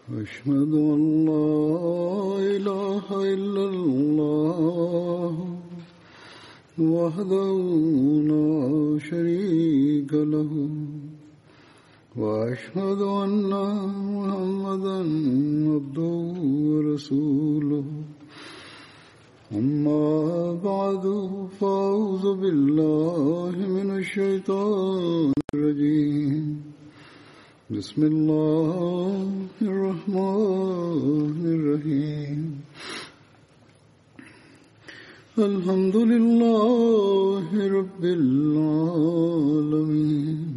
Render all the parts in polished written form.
أشهد أن لا إله إلا الله وحده لا شريك له وأشهد أن محمدا عبده ورسوله أما بعد فأعوذ بالله من الشيطان الرجيم بسم الله الرحمن الرحيم الحمد لله رب العالمين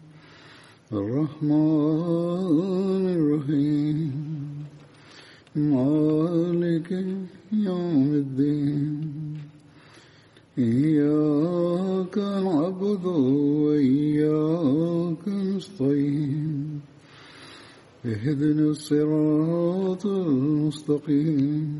الرحمن الرحيم مالك يوم الدين إياك نعبد وإياك نستعين اهدنا الصراط المستقيم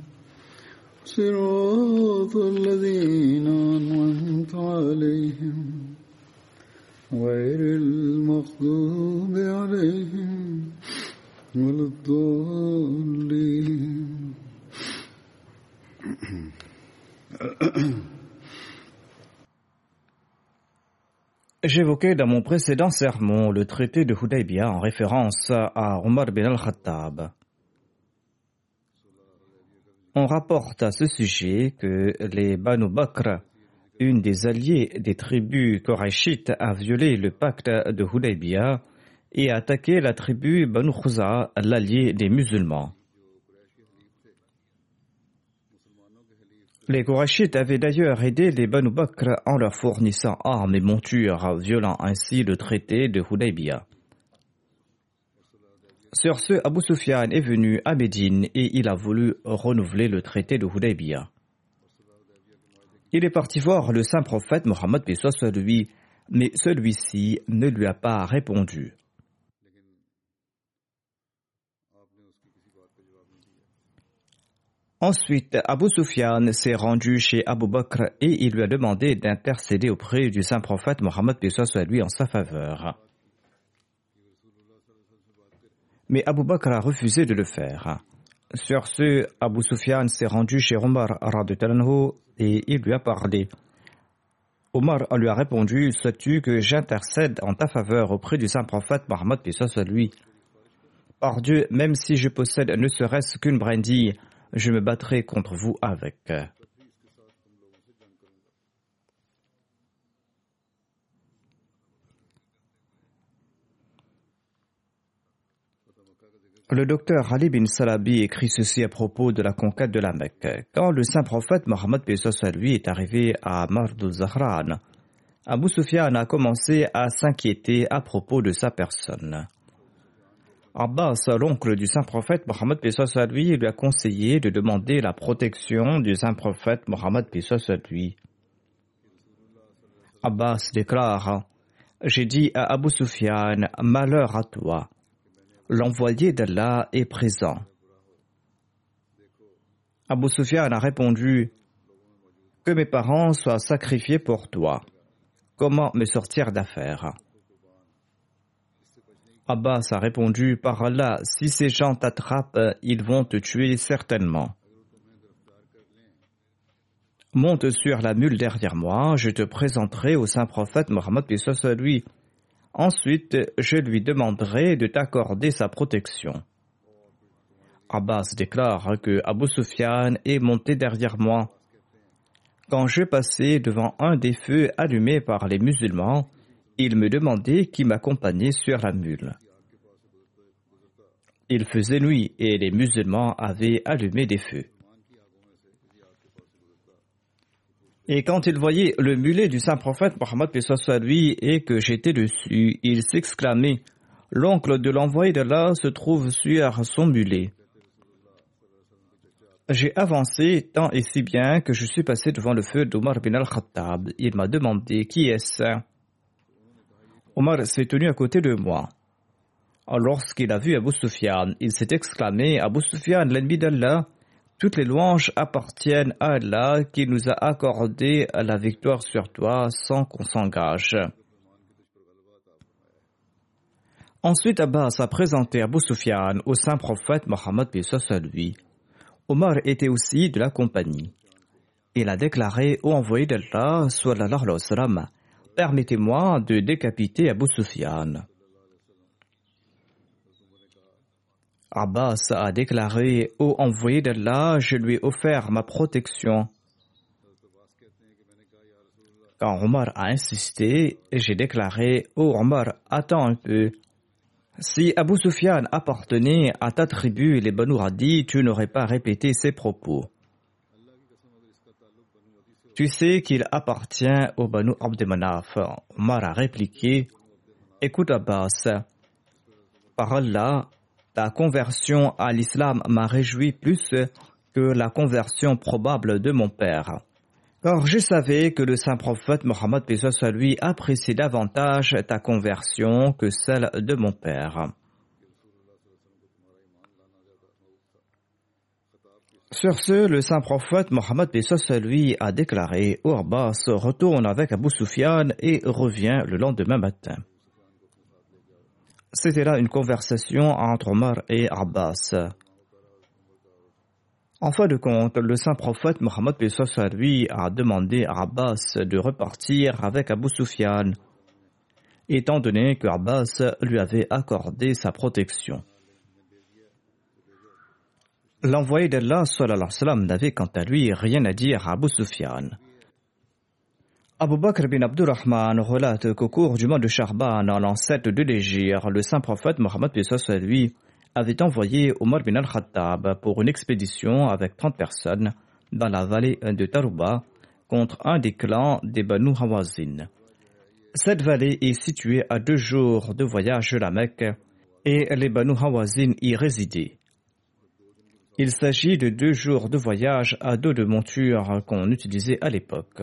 صراط الذين أنعمت عليهم غير المغضوب عليهم ولا الضالين. J'évoquais dans mon précédent sermon le traité de Hudaybiyah en référence à Omar bin al-Khattab. On rapporte à ce sujet que les Banu Bakr, une des alliées des tribus Qurayshites, a violé le pacte de Hudaybiyah et a attaqué la tribu Banu Khuza, l'allié des musulmans. Les Qurayshites avaient d'ailleurs aidé les Banu Bakr en leur fournissant armes et montures, violant ainsi le traité de Hudaybiyah. Sur ce, Abu Sufyan est venu à Médine et il a voulu renouveler le traité de Hudaybiyah. Il est parti voir le saint prophète Mohammed paix soit lui, mais celui-ci ne lui a pas répondu. Ensuite, Abu Sufyan s'est rendu chez Abu Bakr et il lui a demandé d'intercéder auprès du saint prophète Mohammed paix soit lui en sa faveur. Mais Abu Bakr a refusé de le faire. Sur ce, Abu Sufyan s'est rendu chez Omar et il lui a parlé. Omar lui a répondu: souhaites-tu que j'intercède en ta faveur auprès du saint prophète Mohammed paix soit lui? Par Dieu, même si je possède ne serait-ce qu'une brindille, je me battrai contre vous avec. Le docteur Ali bin Salabi écrit ceci à propos de la conquête de la Mecque. Quand le saint prophète Mohammed paix soit lui est arrivé à Mardul Zahran, Abu Sufyan a commencé à s'inquiéter à propos de sa personne. Abbas, l'oncle du saint prophète Mohammed paix soit lui, lui a conseillé de demander la protection du saint prophète Mohammed paix soit lui. Abbas déclare: j'ai dit à Abu Sufyan, malheur à toi. L'envoyé d'Allah est présent. Abu Sufyan a répondu: que mes parents soient sacrifiés pour toi. Comment me sortir d'affaire? Abbas a répondu: par Allah, si ces gens t'attrapent, ils vont te tuer certainement. Monte sur la mule derrière moi, je te présenterai au saint prophète Mohammed paix soit lui. Ensuite, je lui demanderai de t'accorder sa protection. Abbas déclare que Abu Sufyan est monté derrière moi. Quand je passais devant un des feux allumés par les musulmans, il me demandait qui m'accompagnait sur la mule. Il faisait nuit et les musulmans avaient allumé des feux. Et quand il voyait le mulet du saint prophète Mohammed paix soit lui et que j'étais dessus, il s'exclamait: l'oncle de l'envoyé d'Allah se trouve sur son mulet. J'ai avancé tant et si bien que je suis passé devant le feu d'Omar bin al-Khattab. Il m'a demandé: qui est-ce? Omar s'est tenu à côté de moi. Lorsqu'il a vu Abu Sufyan, il s'est exclamé: Abu Sufyan, l'ennemi d'Allah, toutes les louanges appartiennent à Allah qui nous a accordé la victoire sur toi sans qu'on s'engage. Ensuite, Abbas a présenté Abu Sufyan au saint prophète Mohammed lui. Omar était aussi de la compagnie. Il a déclaré au envoyé d'Allah, sallallahu alayhi wa sallam, « Permettez-moi de décapiter Abu Sufyan. » Abbas a déclaré au envoyé d'Allah, « Je lui ai offert ma protection. » Quand Omar a insisté, j'ai déclaré, « Oh Omar, attends un peu. Si Abu Sufyan appartenait à ta tribu, les Banu Adi, tu n'aurais pas répété ces propos. Tu sais qu'il appartient aux Banu Abd Manaf. » Omar a répliqué, « Écoute Abbas, par Allah, ta conversion à l'islam m'a réjoui plus que la conversion probable de mon père. Car je savais que le saint prophète Mohammed lui appréciait davantage ta conversion que celle de mon père. » Sur ce, le saint prophète Mohammed lui a déclaré, « Oh Abbas, retourne avec Abu Sufyan et reviens le lendemain matin. » C'était là une conversation entre Omar et Abbas. En fin de compte, le saint prophète Mohammed lui a demandé à Abbas de repartir avec Abu Sufyan, étant donné que Abbas lui avait accordé sa protection. L'envoyé d'Allah sallallahu alayhi wa sallam n'avait quant à lui rien à dire à Abu Sufyan. Abu Bakr bin Abdurrahman relate qu'au cours du mois de Sha'ban, en l'an 7 de l'Hégire, le saint prophète Mohammed lui avait envoyé Omar bin al-Khattab pour une expédition avec 30 personnes dans la vallée de Tarouba contre un des clans des Banu Hawazin. Cette vallée est située à 2 jours de voyage de la Mecque et les Banu Hawazin y résidaient. Il s'agit de 2 jours de voyage à dos de monture qu'on utilisait à l'époque.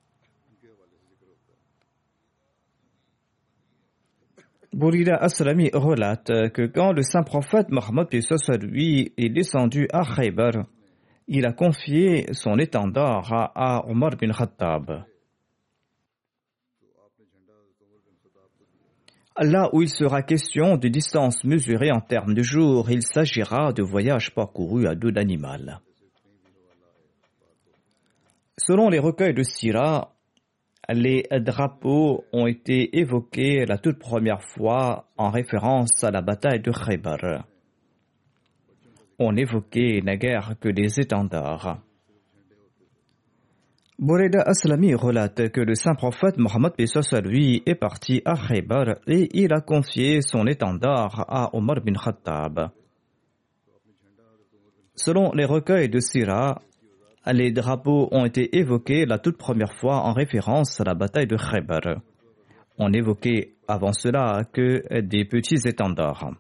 Bourida Aslami relate que quand le saint prophète Mohammed lui est descendu à Khaybar, il a confié son étendard à Omar bin Khattab. Là où il sera question de distance mesurée en termes de jours, il s'agira de voyages parcourus à dos d'animal. Selon les recueils de Sira, les drapeaux ont été évoqués la toute première fois en référence à la bataille de Khaybar. On évoquait naguère que des étendards. Boureda Aslami relate que le saint prophète Mohammed lui est parti à Khaybar et il a confié son étendard à Omar bin Khattab. Selon les recueils de Sira, les drapeaux ont été évoqués la toute première fois en référence à la bataille de Khaybar. On évoquait avant cela que des petits étendards.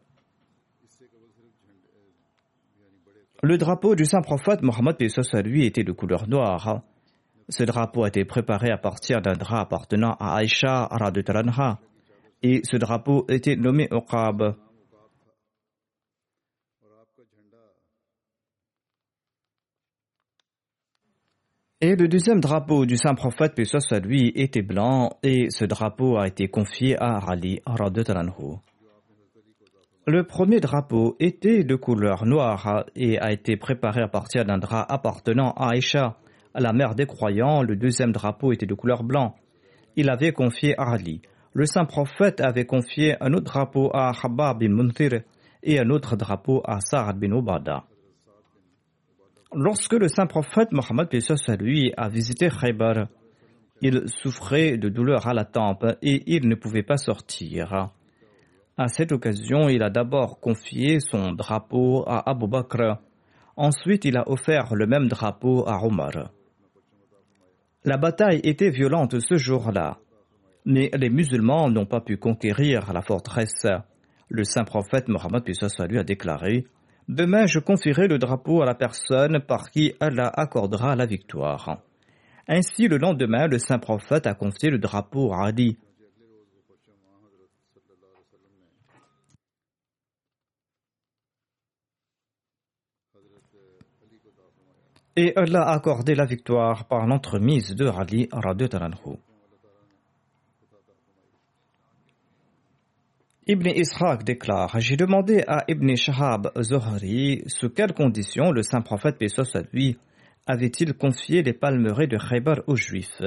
Le drapeau du saint prophète Mohammed lui était de couleur noire. Ce drapeau a été préparé à partir d'un drap appartenant à Aïcha radhiyallahu anha et ce drapeau était nommé Uqab. Et le deuxième drapeau du saint prophète, paix soit sur lui, était blanc et ce drapeau a été confié à Ali radhiyallahu anhu. Le premier drapeau était de couleur noire et a été préparé à partir d'un drap appartenant à Aïcha, la mère des croyants. Le deuxième drapeau était de couleur blanc. Il avait confié à Ali. Le saint prophète avait confié un autre drapeau à Habab bin Munthir et un autre drapeau à Sa'ad bin Ubada. Lorsque le saint prophète Mohammed lui a visité Khaybar, il souffrait de douleurs à la tempe et il ne pouvait pas sortir. À cette occasion, il a d'abord confié son drapeau à Abu Bakr. Ensuite, il a offert le même drapeau à Omar. La bataille était violente ce jour-là, mais les musulmans n'ont pas pu conquérir la forteresse. Le saint prophète Mohammed lui a déclaré: « Demain, je confierai le drapeau à la personne par qui Allah accordera la victoire. » Ainsi, le lendemain, le saint prophète a confié le drapeau à Ali. Et Allah a accordé la victoire par l'entremise de Ali radhiyallahu anhu. Ibn Ishaq déclare: j'ai demandé à Ibn Shahab Zohri sous quelles conditions le saint prophète paix soit sur lui avait-il confié les palmeraies de Khaybar aux Juifs.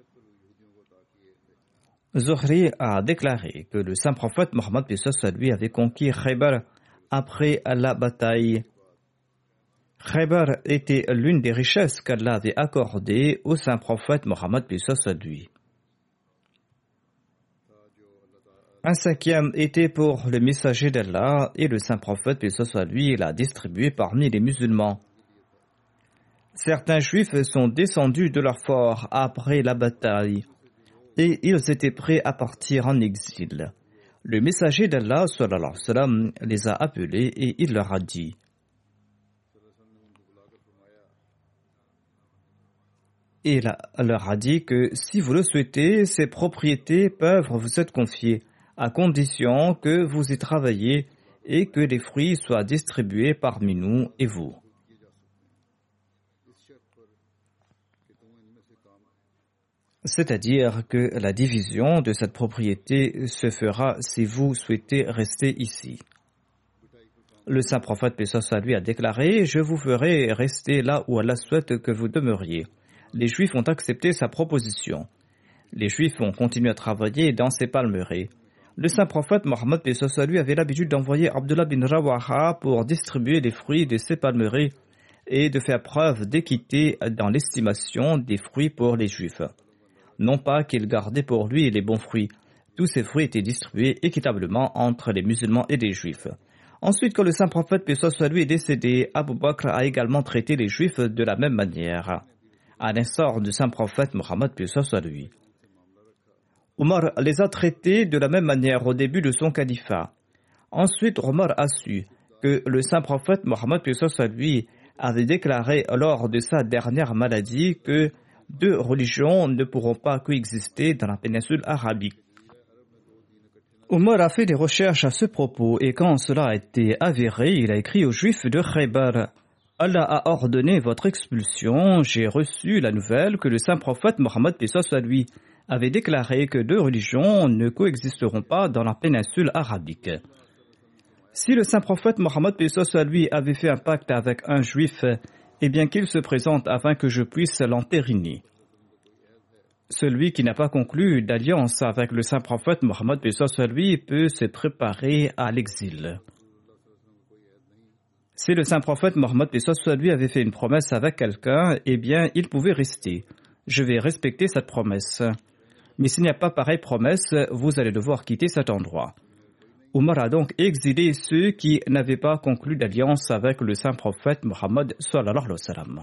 Zohri a déclaré que le saint prophète Mohammed paix soit sur lui avait conquis Khaybar après la bataille. Khaybar était l'une des richesses qu'Allah avait accordées au saint prophète Mohammed paix soit sur lui. Un cinquième était pour le messager d'Allah et le saint prophète paix soit sur lui l'a distribué parmi les musulmans. Certains juifs sont descendus de leur fort après la bataille et ils étaient prêts à partir en exil. Le messager d'Allah sallallahu alayhi wa sallam les a appelés et il leur a dit: il leur a dit que si vous le souhaitez, ces propriétés peuvent vous être confiées à condition que vous y travaillez et que les fruits soient distribués parmi nous et vous. C'est-à-dire que la division de cette propriété se fera si vous souhaitez rester ici. Le saint prophète paix soit sur lui a déclaré: je vous ferai rester là où Allah souhaite que vous demeuriez. Les Juifs ont accepté sa proposition. Les Juifs ont continué à travailler dans ces palmeraies. Le saint prophète Mohammed paix soit sur lui avait l'habitude d'envoyer Abdullah bin Rawaha pour distribuer les fruits de ces palmeraies et de faire preuve d'équité dans l'estimation des fruits pour les Juifs. Non pas qu'il gardait pour lui les bons fruits. Tous ces fruits étaient distribués équitablement entre les musulmans et les Juifs. Ensuite, quand le saint prophète paix soit sur lui est décédé, Abu Bakr a également traité les Juifs de la même manière, à l'instar du saint prophète Mohammed paix soit sur lui. Omar les a traités de la même manière au début de son califat. Ensuite, Omar a su que le saint prophète Mohammed paix soit sur lui avait déclaré lors de sa dernière maladie que deux religions ne pourront pas coexister dans la péninsule arabique. Omar a fait des recherches à ce propos et quand cela a été avéré, il a écrit aux Juifs de Khaybar: Allah a ordonné votre expulsion. J'ai reçu la nouvelle que le saint prophète Mohammed paix soit sur lui avait déclaré que deux religions ne coexisteront pas dans la péninsule arabique. Si le saint prophète Mohammed paix soit sur lui avait fait un pacte avec un juif, eh bien qu'il se présente afin que je puisse l'entériner. Celui qui n'a pas conclu d'alliance avec le saint prophète Mohammed paix soit sur lui peut se préparer à l'exil. Si le saint prophète Mohammed paix soit sur lui avait fait une promesse avec quelqu'un, eh bien il pouvait rester. Je vais respecter cette promesse. Mais s'il n'y a pas pareille promesse, vous allez devoir quitter cet endroit. Omar a donc exilé ceux qui n'avaient pas conclu d'alliance avec le saint prophète Mohammed sallallahu alayhi wa sallam.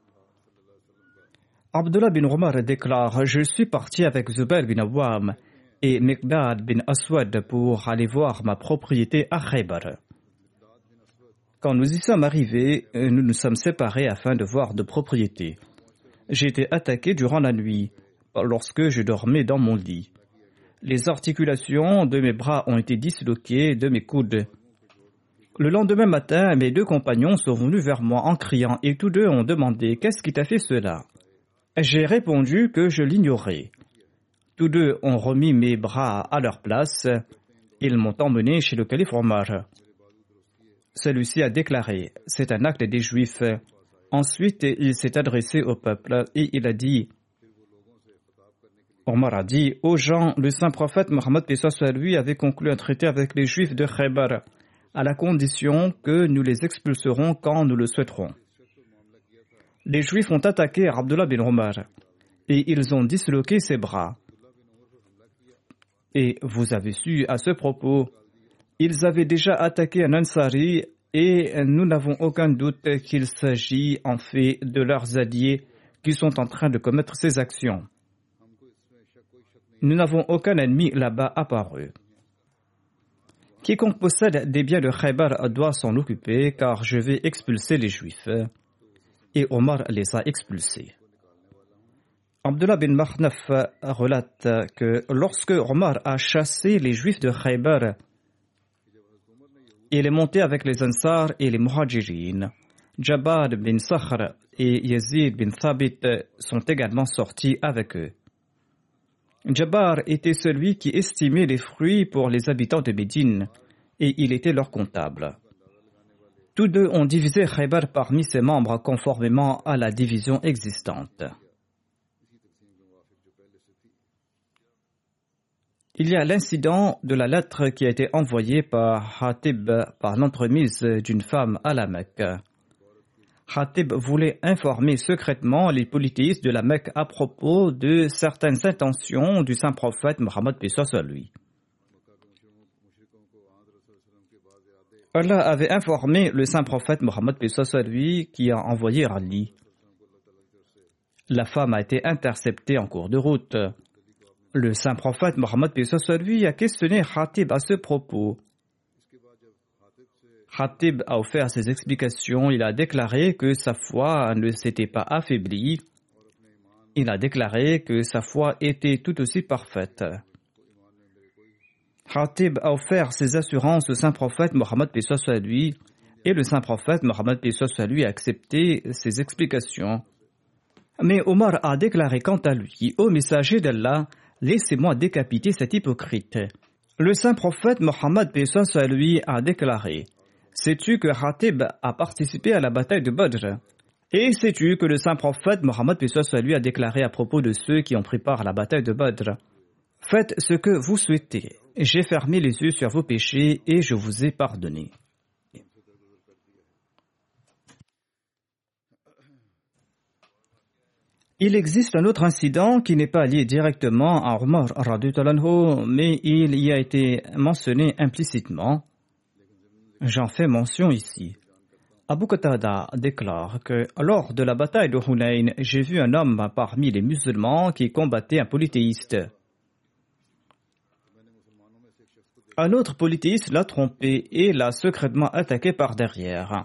Abdullah bin Omar déclare: je suis parti avec Zubair bin Awam et Miqdad bin Aswad pour aller voir ma propriété à Khaybar. Quand nous y sommes arrivés, nous nous sommes séparés afin de voir de propriétés. J'ai été attaqué durant la nuit lorsque je dormais dans mon lit. Les articulations de mes bras ont été disloquées de mes coudes. Le lendemain matin, mes deux compagnons sont venus vers moi en criant et tous deux ont demandé: qu'est-ce qui t'a fait cela? J'ai répondu que je l'ignorais. Tous deux ont remis mes bras à leur place. Ils m'ont emmené chez le calife Omar. Celui-ci a déclaré: c'est un acte des Juifs. Ensuite, il s'est adressé au peuple et il a dit: Omar a dit aux gens, le saint prophète Mohammed paix soit sur lui avait conclu un traité avec les Juifs de Khaybar, à la condition que nous les expulserons quand nous le souhaiterons. Les Juifs ont attaqué Abdullah bin Omar et ils ont disloqué ses bras. Et vous avez su à ce propos, ils avaient déjà attaqué un Ansari et nous n'avons aucun doute qu'il s'agit en fait de leurs alliés qui sont en train de commettre ces actions. Nous n'avons aucun ennemi là-bas apparu. Quiconque possède des biens de Khaybar doit s'en occuper car je vais expulser les Juifs. Et Omar les a expulsés. Abdullah bin Makhnaf relate que lorsque Omar a chassé les Juifs de Khaybar, il est monté avec les Ansar et les Muhajirin. Jabad bin Sakhr et Yazid bin Thabit sont également sortis avec eux. Jabbar était celui qui estimait les fruits pour les habitants de Médine et il était leur comptable. Tous deux ont divisé Khaybar parmi ses membres conformément à la division existante. Il y a l'incident de la lettre qui a été envoyée par Hatib par l'entremise d'une femme à la Mecque. Hatib voulait informer secrètement les polythéistes de la Mecque à propos de certaines intentions du saint prophète Mohammed paix soit lui. Allah avait informé le saint prophète Mohammed paix soit lui qui a envoyé Ali. La femme a été interceptée en cours de route. Le saint prophète Mohammed paix soit lui a questionné Hatib à ce propos. Hatib a offert ses explications. Il a déclaré que sa foi ne s'était pas affaiblie. Il a déclaré que sa foi était tout aussi parfaite. Hatib a offert ses assurances au saint prophète Mohammed paix soit lui et le saint prophète Mohammed paix soit lui a accepté ses explications. Mais Omar a déclaré quant à lui: Ô messager d'Allah, laissez-moi décapiter cet hypocrite. Le saint prophète Mohammed paix soit lui a déclaré: sais-tu que Hatib a participé à la bataille de Badr? Et sais-tu que le saint prophète Mohammed paix soit lui a déclaré à propos de ceux qui ont pris part à la bataille de Badr: faites ce que vous souhaitez. J'ai fermé les yeux sur vos péchés et je vous ai pardonné. Il existe un autre incident qui n'est pas lié directement à Omar radhiyallahu anhu, mais il y a été mentionné implicitement. J'en fais mention ici. Abu Qatada déclare que lors de la bataille de Hunayn, j'ai vu un homme parmi les musulmans qui combattait un polythéiste. Un autre polythéiste l'a trompé et l'a secrètement attaqué par derrière.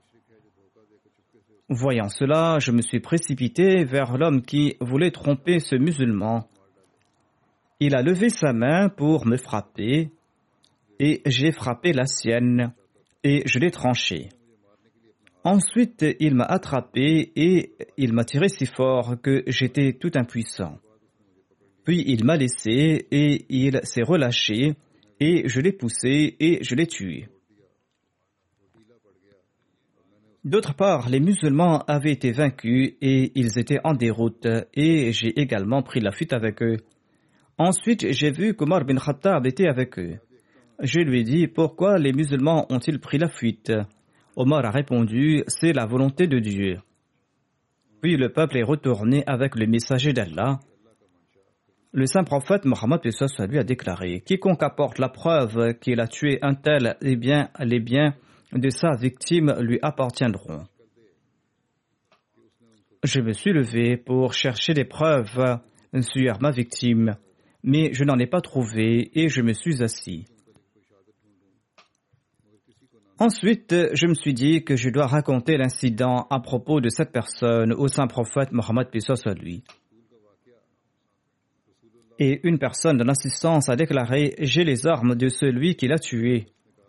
Voyant cela, je me suis précipité vers l'homme qui voulait tromper ce musulman. Il a levé sa main pour me frapper et j'ai frappé la sienne et je l'ai tranché. Ensuite, il m'a attrapé et il m'a tiré si fort que j'étais tout impuissant. Puis il m'a laissé et il s'est relâché et je l'ai poussé et je l'ai tué. D'autre part, les musulmans avaient été vaincus et ils étaient en déroute et j'ai également pris la fuite avec eux. Ensuite, j'ai vu qu'Omar bin Khattab était avec eux. Je lui ai dit: pourquoi les musulmans ont-ils pris la fuite? Omar a répondu: c'est la volonté de Dieu. Puis le peuple est retourné avec le messager d'Allah. Le saint prophète Mohammed paix soit lui a déclaré: quiconque apporte la preuve qu'il a tué un tel, eh bien, les biens de sa victime lui appartiendront. Je me suis levé pour chercher des preuves sur ma victime, mais je n'en ai pas trouvé et je me suis assis. Ensuite, je me suis dit que je dois raconter l'incident à propos de cette personne au saint prophète Mohammed paix soit lui. Et une personne de l'assistance a déclaré: j'ai les armes de celui qui l'a tué.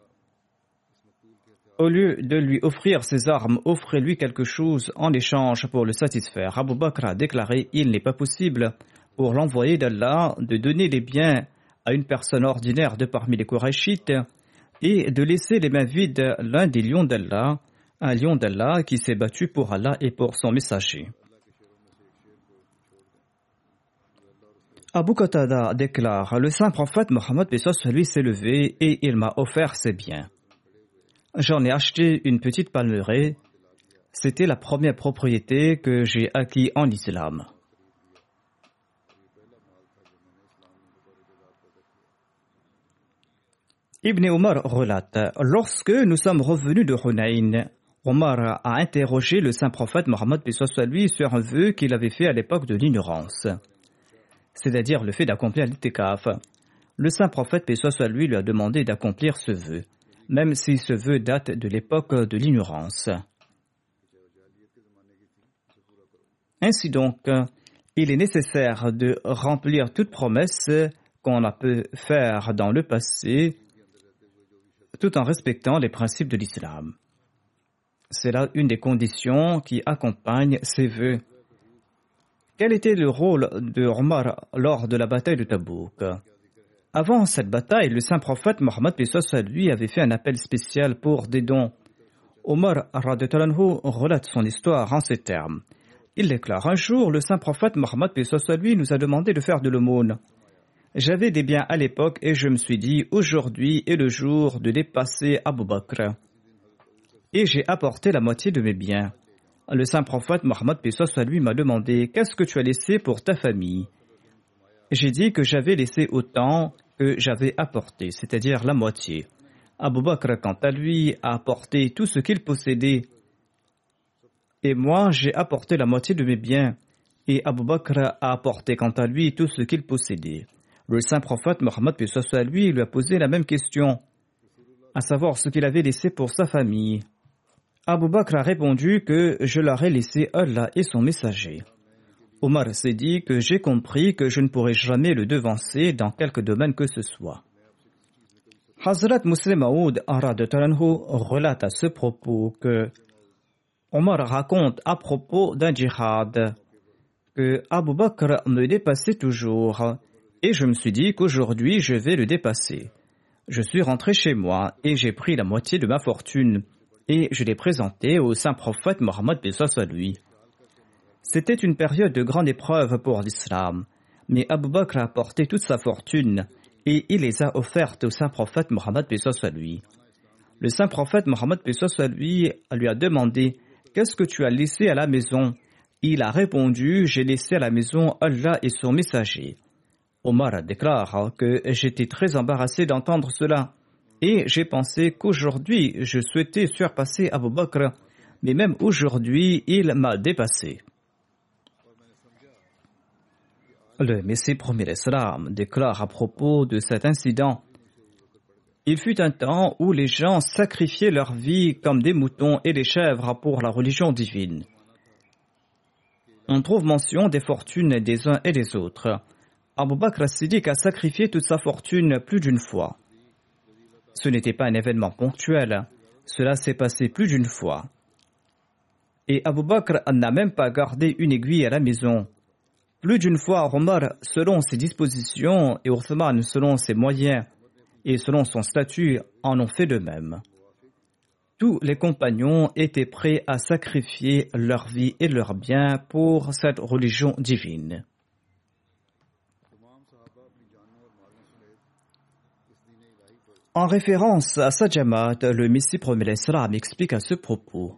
Au lieu de lui offrir ses armes, offrez-lui quelque chose en échange pour le satisfaire. Abu Bakr a déclaré: il n'est pas possible pour l'envoyé d'Allah de donner les biens à une personne ordinaire de parmi les Qurayshites et de laisser les mains vides l'un des lions d'Allah, un lion d'Allah qui s'est battu pour Allah et pour son messager. Abu Qatada déclare: le saint prophète Mohammed paix soit lui s'est levé et il m'a offert ses biens. J'en ai acheté une petite palmeraie. C'était la première propriété que j'ai acquise en islam. Ibn Omar relate: lorsque nous sommes revenus de Hunayn, Omar a interrogé le saint prophète Mohammed paix soit lui sur un vœu qu'il avait fait à l'époque de l'ignorance, c'est-à-dire le fait d'accomplir l'itikaf. Le saint prophète paix soit lui lui a demandé d'accomplir ce vœu, même si ce vœu date de l'époque de l'ignorance. Ainsi donc, il est nécessaire de remplir toute promesse qu'on a pu faire dans le passé, tout en respectant les principes de l'islam. C'est là une des conditions qui accompagnent ces vœux. Quel était le rôle de Omar lors de la bataille de Tabouk? Avant cette bataille, le saint prophète Mohammed lui avait fait un appel spécial pour des dons. Omar relate son histoire en ces termes. Il déclare: un jour, le saint prophète Mohammed lui nous a demandé de faire de l'aumône. J'avais des biens à l'époque et je me suis dit: aujourd'hui est le jour de dépasser Abu Bakr. Et j'ai apporté la moitié de mes biens. Le saint prophète Mohammed lui m'a demandé: qu'est-ce que tu as laissé pour ta famille? J'ai dit que j'avais laissé autant que j'avais apporté, c'est-à-dire la moitié. Abu Bakr, quant à lui, a apporté tout ce qu'il possédait. Et moi, j'ai apporté la moitié de mes biens. Et Abu Bakr a apporté, quant à lui, tout ce qu'il possédait. Le saint prophète Mohammed lui a posé la même question, à savoir ce qu'il avait laissé pour sa famille. Abu Bakr a répondu que je leur ai laissé Allah et son messager. Omar s'est dit que j'ai compris que je ne pourrais jamais le devancer dans quelque domaine que ce soit. Hazrat Muslim Maud relate à ce propos que Omar raconte à propos d'un djihad que Abu Bakr me dépassait toujours et je me suis dit qu'aujourd'hui je vais le dépasser. Je suis rentré chez moi et j'ai pris la moitié de ma fortune et je l'ai présenté au saint prophète Mohammed lui. C'était une période de grande épreuve pour l'islam, mais Abu Bakr a apporté toute sa fortune et il les a offertes au saint prophète Mohammed lui. Le saint prophète Mohammed lui a demandé: qu'est-ce que tu as laissé à la maison? Il a répondu: j'ai laissé à la maison Allah et son messager. Omar déclare que j'étais très embarrassé d'entendre cela et j'ai pensé qu'aujourd'hui je souhaitais surpasser Abu Bakr, mais même aujourd'hui il m'a dépassé. Le Messie premier l'Islam déclare à propos de cet incident: il fut un temps où les gens sacrifiaient leur vie comme des moutons et des chèvres pour la religion divine. On trouve mention des fortunes des uns et des autres. Abu Bakr as-Siddiq a sacrifié toute sa fortune plus d'une fois. Ce n'était pas un événement ponctuel, cela s'est passé plus d'une fois. Et Abu Bakr n'a même pas gardé une aiguille à la maison. Plus d'une fois, Omar, selon ses dispositions, et Uthman, selon ses moyens, et selon son statut, en ont fait de même. Tous les compagnons étaient prêts à sacrifier leur vie et leurs biens pour cette religion divine. En référence à sa Jamaat, le Messie premier l'Islam explique à ce propos: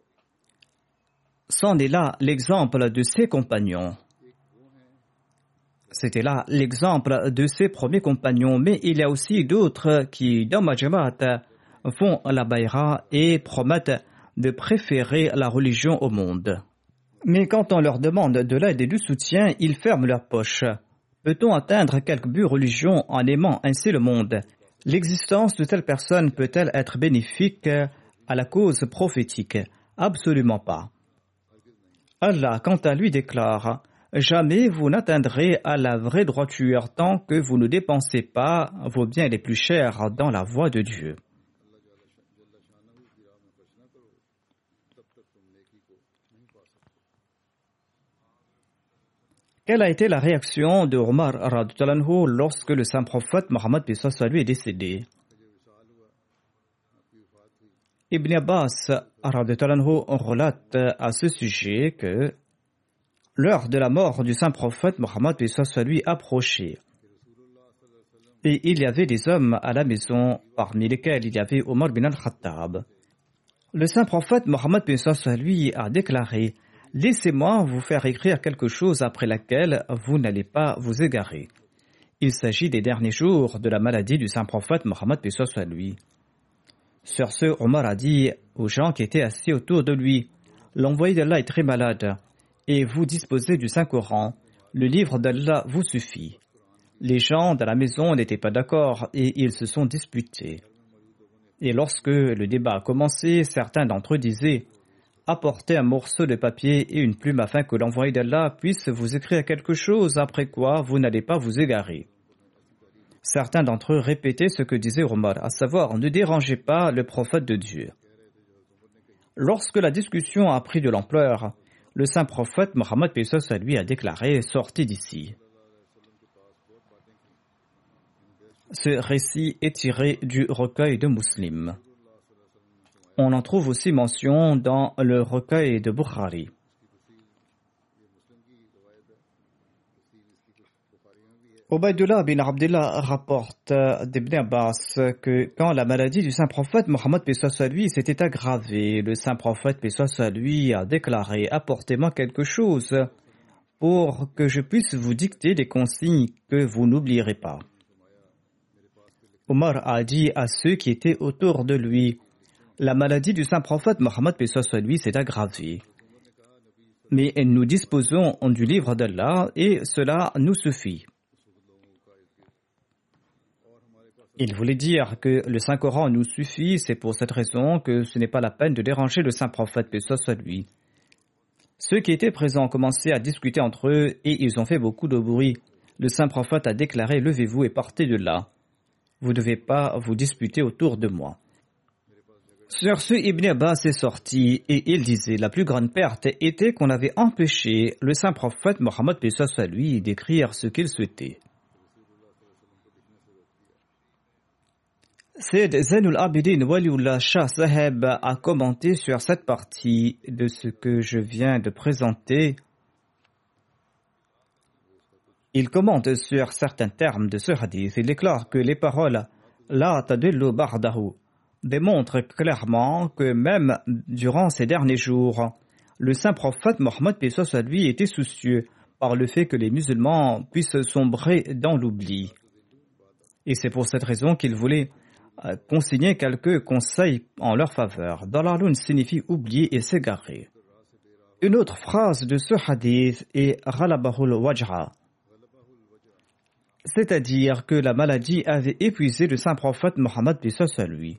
c'en est là l'exemple de ses compagnons. C'était là l'exemple de ses premiers compagnons, mais il y a aussi d'autres qui, dans ma Jamaat, font la bayra et promettent de préférer la religion au monde. Mais quand on leur demande de l'aide et du soutien, ils ferment leurs poches. Peut-on atteindre quelque but religion en aimant ainsi le monde? L'existence de telle personne peut-elle être bénéfique à la cause prophétique? Absolument pas. Allah, quant à lui, déclare: jamais vous n'atteindrez à la vraie droiture tant que vous ne dépensez pas vos biens les plus chers dans la voie de Dieu. Quelle a été la réaction de Omar lorsque le saint prophète Mohammed est décédé? Ibn Abbas relate à ce sujet que l'heure de la mort du saint prophète Mohammed lui approchait. Et il y avait des hommes à la maison, parmi lesquels il y avait Omar bin al-Khattab. Le saint prophète Mohammed lui a déclaré: laissez-moi vous faire écrire quelque chose après laquelle vous n'allez pas vous égarer. Il s'agit des derniers jours de la maladie du saint prophète Mohammed lui. Sur ce, Omar a dit aux gens qui étaient assis autour de lui: l'envoyé d'Allah est très malade et vous disposez du Saint-Coran, le livre d'Allah vous suffit. Les gens de la maison n'étaient pas d'accord et ils se sont disputés. Et lorsque le débat a commencé, certains d'entre eux disaient: apportez un morceau de papier et une plume afin que l'envoyé d'Allah puisse vous écrire quelque chose, après quoi vous n'allez pas vous égarer. Certains d'entre eux répétaient ce que disait Omar, à savoir: ne dérangez pas le prophète de Dieu. Lorsque la discussion a pris de l'ampleur, le saint prophète Mohammed lui a déclaré « Sortez d'ici ». Ce récit est tiré du recueil de Muslim. On en trouve aussi mention dans le recueil de Bukhari. Ubaydullah bin Abdullah rapporte d'Ibn Abbas que quand la maladie du saint prophète Mohammed lui s'était aggravée, le saint prophète lui a déclaré « Apportez-moi quelque chose pour que je puisse vous dicter des consignes que vous n'oublierez pas. » Omar a dit à ceux qui étaient autour de lui « La maladie du saint prophète Mohammed lui s'est aggravée. Mais nous disposons du livre d'Allah et cela nous suffit. » Il voulait dire que le Saint-Coran nous suffit, c'est pour cette raison que ce n'est pas la peine de déranger le saint prophète lui. Ceux qui étaient présents ont commencé à discuter entre eux et ils ont fait beaucoup de bruit. Le saint prophète a déclaré « Levez-vous et partez de là. Vous ne devez pas vous disputer autour de moi. » Sur ce, Ibn Abbas est sorti et il disait la plus grande perte était qu'on avait empêché le saint prophète Mohammed lui d'écrire ce qu'il souhaitait. Sayyid Zainul Abidin Waliullah Shah Saheb a commenté sur cette partie de ce que je viens de présenter. Il commente sur certains termes de ce hadith. Il déclare que les paroles La tadillu ba'dahu démontre clairement que même durant ces derniers jours, le saint prophète Mohammed lui était soucieux par le fait que les musulmans puissent sombrer dans l'oubli. Et c'est pour cette raison qu'il voulait consigner quelques conseils en leur faveur. Dalalun signifie oublier et s'égarer. Une autre phrase de ce hadith est Ghalabahul wajha, c'est-à-dire que la maladie avait épuisé le saint prophète Mohammed lui.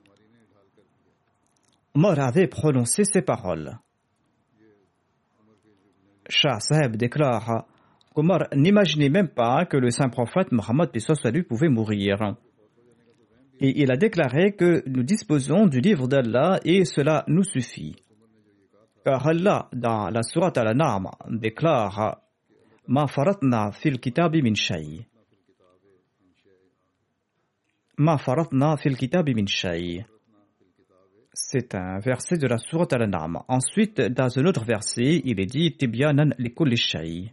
Omar avait prononcé ces paroles. Shah Saheb déclare qu'Omar n'imaginait même pas que le saint prophète Mohammed lui pouvait mourir. Et il a déclaré que nous disposons du livre d'Allah et cela nous suffit. Car Allah, dans la sourate Al-An'am, déclare Ma faratna fil kitabi min shay. Ma faratna fil kitabi min shay. C'est un verset de la sourate Al-An'am. Ensuite, dans un autre verset, il est dit Tibyanan li kulli shay.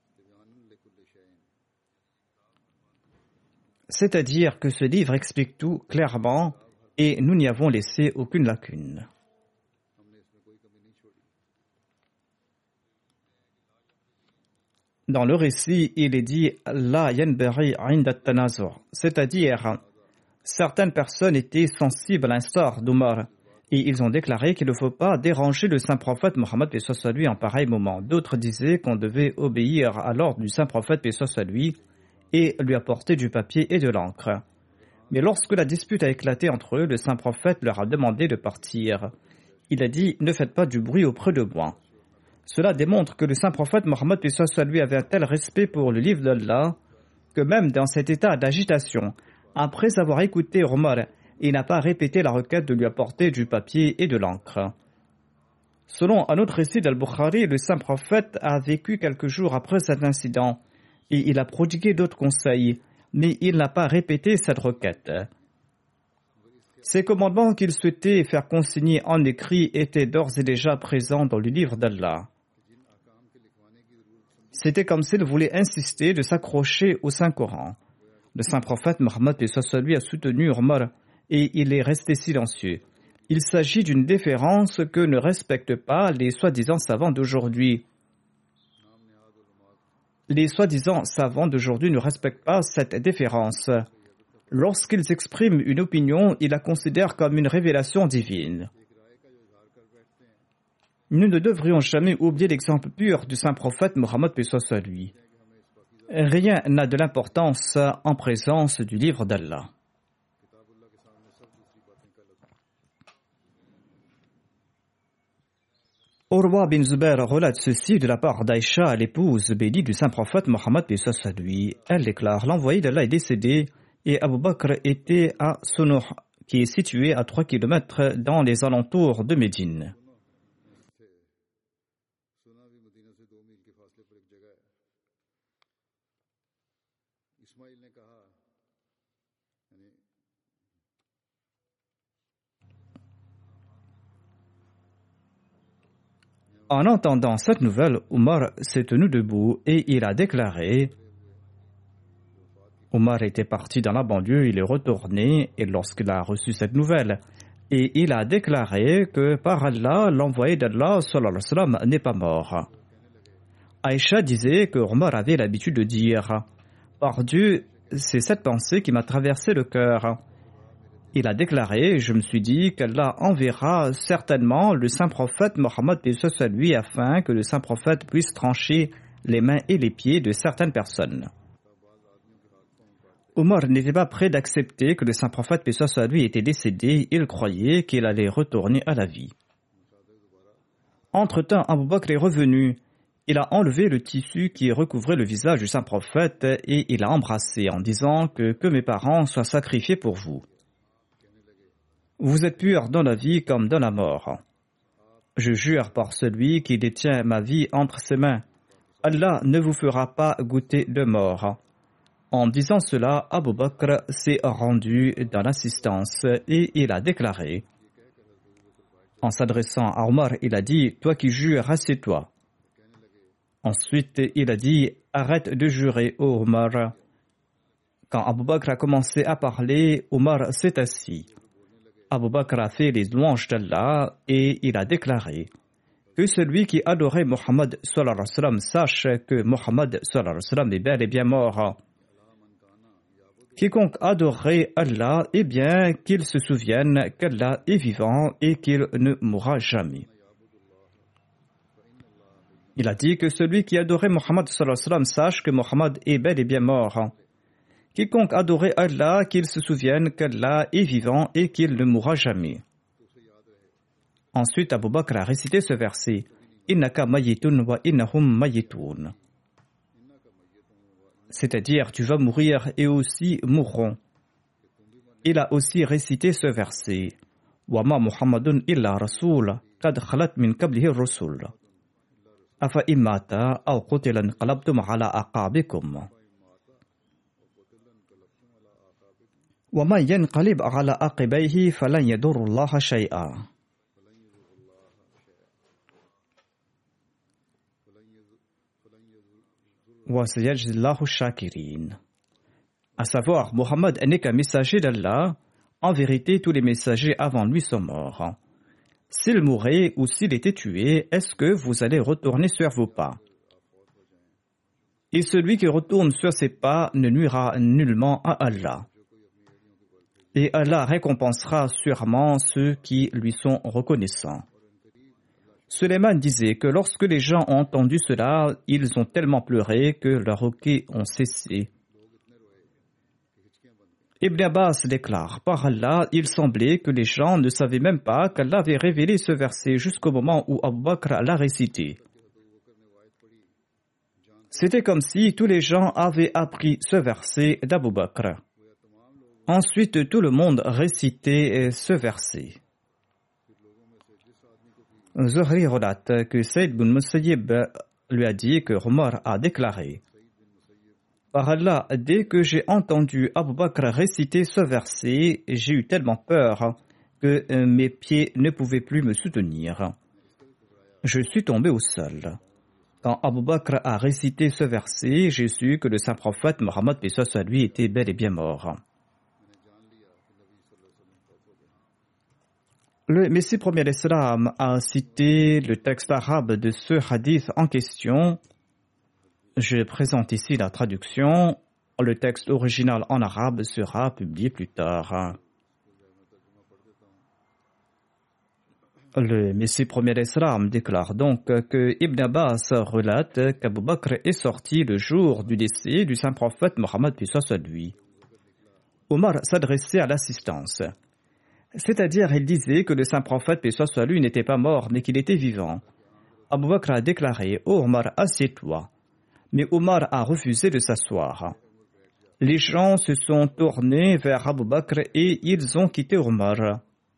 C'est-à-dire que ce livre explique tout clairement et nous n'y avons laissé aucune lacune. Dans le récit, il est dit La yanbaghi 'inda at-tanazur, c'est-à-dire certaines personnes étaient sensibles à l'instar d'Omar et ils ont déclaré qu'il ne faut pas déranger le saint prophète Mohammed lui en pareil moment. D'autres disaient qu'on devait obéir à l'ordre du saint prophète lui et lui apporter du papier et de l'encre. Mais lorsque la dispute a éclaté entre eux, le saint prophète leur a demandé de partir. Il a dit « Ne faites pas du bruit auprès de moi ». Cela démontre que le saint prophète Mohammed lui avait un tel respect pour le livre d'Allah que même dans cet état d'agitation, après avoir écouté Omar, il n'a pas répété la requête de lui apporter du papier et de l'encre. Selon un autre récit d'Al-Bukhari, le saint prophète a vécu quelques jours après cet incident et il a prodigué d'autres conseils, mais il n'a pas répété cette requête. Ces commandements qu'il souhaitait faire consigner en écrit étaient d'ores et déjà présents dans le livre d'Allah. C'était comme s'il voulait insister de s'accrocher au Saint-Coran. Le saint prophète Mohammed lui a soutenu Omar et il est resté silencieux. Il s'agit d'une déférence que ne respectent pas les soi-disant savants d'aujourd'hui. Les soi-disant savants d'aujourd'hui ne respectent pas cette déférence. Lorsqu'ils expriment une opinion, ils la considèrent comme une révélation divine. Nous ne devrions jamais oublier l'exemple pur du saint prophète Mohammed lui. Rien n'a de l'importance en présence du livre d'Allah. Urwa bin Zubair relate ceci de la part d'Aïcha, l'épouse bénie du saint prophète Mohammed lui. Elle déclare, l'envoyé d'Allah est décédé et Abu Bakr était à Sunouh, qui est situé à 3 km dans les alentours de Médine. En entendant cette nouvelle, Omar s'est tenu debout et il a déclaré. Omar était parti dans la banlieue, il est retourné et lorsqu'il a reçu cette nouvelle, et il a déclaré que par Allah, l'envoyé d'Allah sallallahu alayhi wa sallam n'est pas mort. Aïcha disait que Omar avait l'habitude de dire « Par Dieu, c'est cette pensée qui m'a traversé le cœur. » Il a déclaré « Je me suis dit qu'Allah enverra certainement le saint prophète Mohammed paix soit lui afin que le saint prophète puisse trancher les mains et les pieds de certaines personnes. » Omar n'était pas prêt d'accepter que le saint prophète paix soit lui était décédé, il croyait qu'il allait retourner à la vie. Entre-temps, Abu Bakr est revenu. Il a enlevé le tissu qui recouvrait le visage du saint prophète et il l'a embrassé en disant que mes parents soient sacrifiés pour vous. Vous êtes purs dans la vie comme dans la mort. Je jure par celui qui détient ma vie entre ses mains. Allah ne vous fera pas goûter de mort. En disant cela, Abu Bakr s'est rendu dans l'assistance et il a déclaré. En s'adressant à Omar, il a dit « Toi qui jures, assieds-toi. » Ensuite, il a dit « Arrête de jurer, ô Omar. » Quand Abu Bakr a commencé à parler, Omar s'est assis. Abu Bakr a fait les louanges d'Allah et il a déclaré que celui qui adorait Mohammed sallallahu alayhi wa sallam sache que Mohammed sallallahu alayhi wa sallam est bel et bien mort. Quiconque adorait Allah, eh bien qu'il se souvienne qu'Allah est vivant et qu'il ne mourra jamais. Il a dit que celui qui adorait Mohammed sallallahu alayhi wa sallam sache que Mohammed est bel et bien mort. Quiconque adorait Allah, qu'il se souvienne qu'Allah est vivant et qu'il ne mourra jamais. Ensuite, Abu Bakr a récité ce verset « Innaka mayitun wa innahum mayitun » c'est-à-dire tu vas mourir et aussi mourront. Il a aussi récité ce verset « Wa ma Muhammadun illa rasoul qad khalat min qablihi rusul afa immata aw qutilan qalabtum ala aqabikum » وَمَنْ يَنْقَلِبْ عَلَى عَقِبَيْهِ فَلَنْ يَضُرَّ اللَّهَ شَيْئًا. وَسَيَجْزِي اللَّهُ الشَّاكِرِينَ. À savoir, Mohammed n'est qu'un messager d'Allah. En vérité, tous les messagers avant lui sont morts. S'il mourait ou s'il était tué, est-ce que vous allez retourner sur vos pas? Et celui qui retourne sur ses pas ne nuira nullement à Allah. Et Allah récompensera sûrement ceux qui lui sont reconnaissants. Sulayman disait que lorsque les gens ont entendu cela, ils ont tellement pleuré que leurs roquets ont cessé. Ibn Abbas déclare, par Allah, il semblait que les gens ne savaient même pas qu'Allah avait révélé ce verset jusqu'au moment où Abu Bakr l'a récité. C'était comme si tous les gens avaient appris ce verset d'Abu Bakr. Ensuite, tout le monde récitait ce verset. Zuhri relate que Saïd bin Musayyib lui a dit que Omar a déclaré « Par Allah, dès que j'ai entendu Abu Bakr réciter ce verset, j'ai eu tellement peur que mes pieds ne pouvaient plus me soutenir. Je suis tombé au sol. Quand Abu Bakr a récité ce verset, j'ai su que le saint prophète Mohammed paix soit sur lui était bel et bien mort. » Le Messie premier d'Islam a cité le texte arabe de ce hadith en question. Je présente ici la traduction. Le texte original en arabe sera publié plus tard. Le Messie premier d'Islam déclare donc que Ibn Abbas relate qu'Abu Bakr est sorti le jour du décès du saint prophète Mohammed paix soit sur lui. Omar s'adressait à l'assistance. C'est-à-dire, il disait que le saint prophète, paix soit sur lui, n'était pas mort, mais qu'il était vivant. Abu Bakr a déclaré « Oh Omar, assieds-toi ». Mais Omar a refusé de s'asseoir. Les gens se sont tournés vers Abu Bakr et ils ont quitté Omar.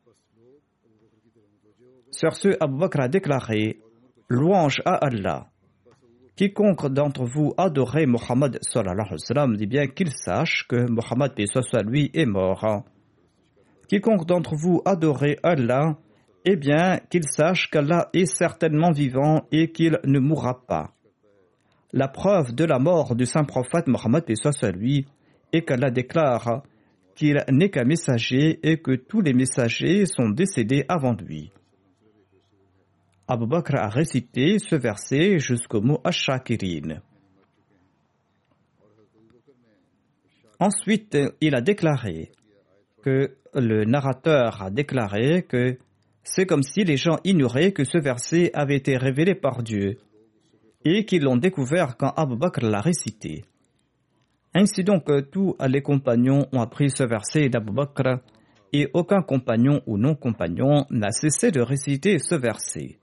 Sur ce, Abu Bakr a déclaré « Louange à Allah. Quiconque d'entre vous adorait Mohammed sallallahu alayhi wa sallam, dit bien qu'il sache que Mohammed, paix soit sur lui, est mort. Quiconque d'entre vous adorait Allah, eh bien qu'il sache qu'Allah est certainement vivant et qu'il ne mourra pas. La preuve de la mort du saint prophète Mohammed paix soit lui est qu'Allah déclare qu'il n'est qu'un messager et que tous les messagers sont décédés avant lui. Abu Bakr a récité ce verset jusqu'au mot Ash-Shakirin. Ensuite, il a déclaré que le narrateur a déclaré que c'est comme si les gens ignoraient que ce verset avait été révélé par Dieu et qu'ils l'ont découvert quand Abu Bakr l'a récité. Ainsi donc, tous les compagnons ont appris ce verset d'Abu Bakr et aucun compagnon ou non-compagnon n'a cessé de réciter ce verset.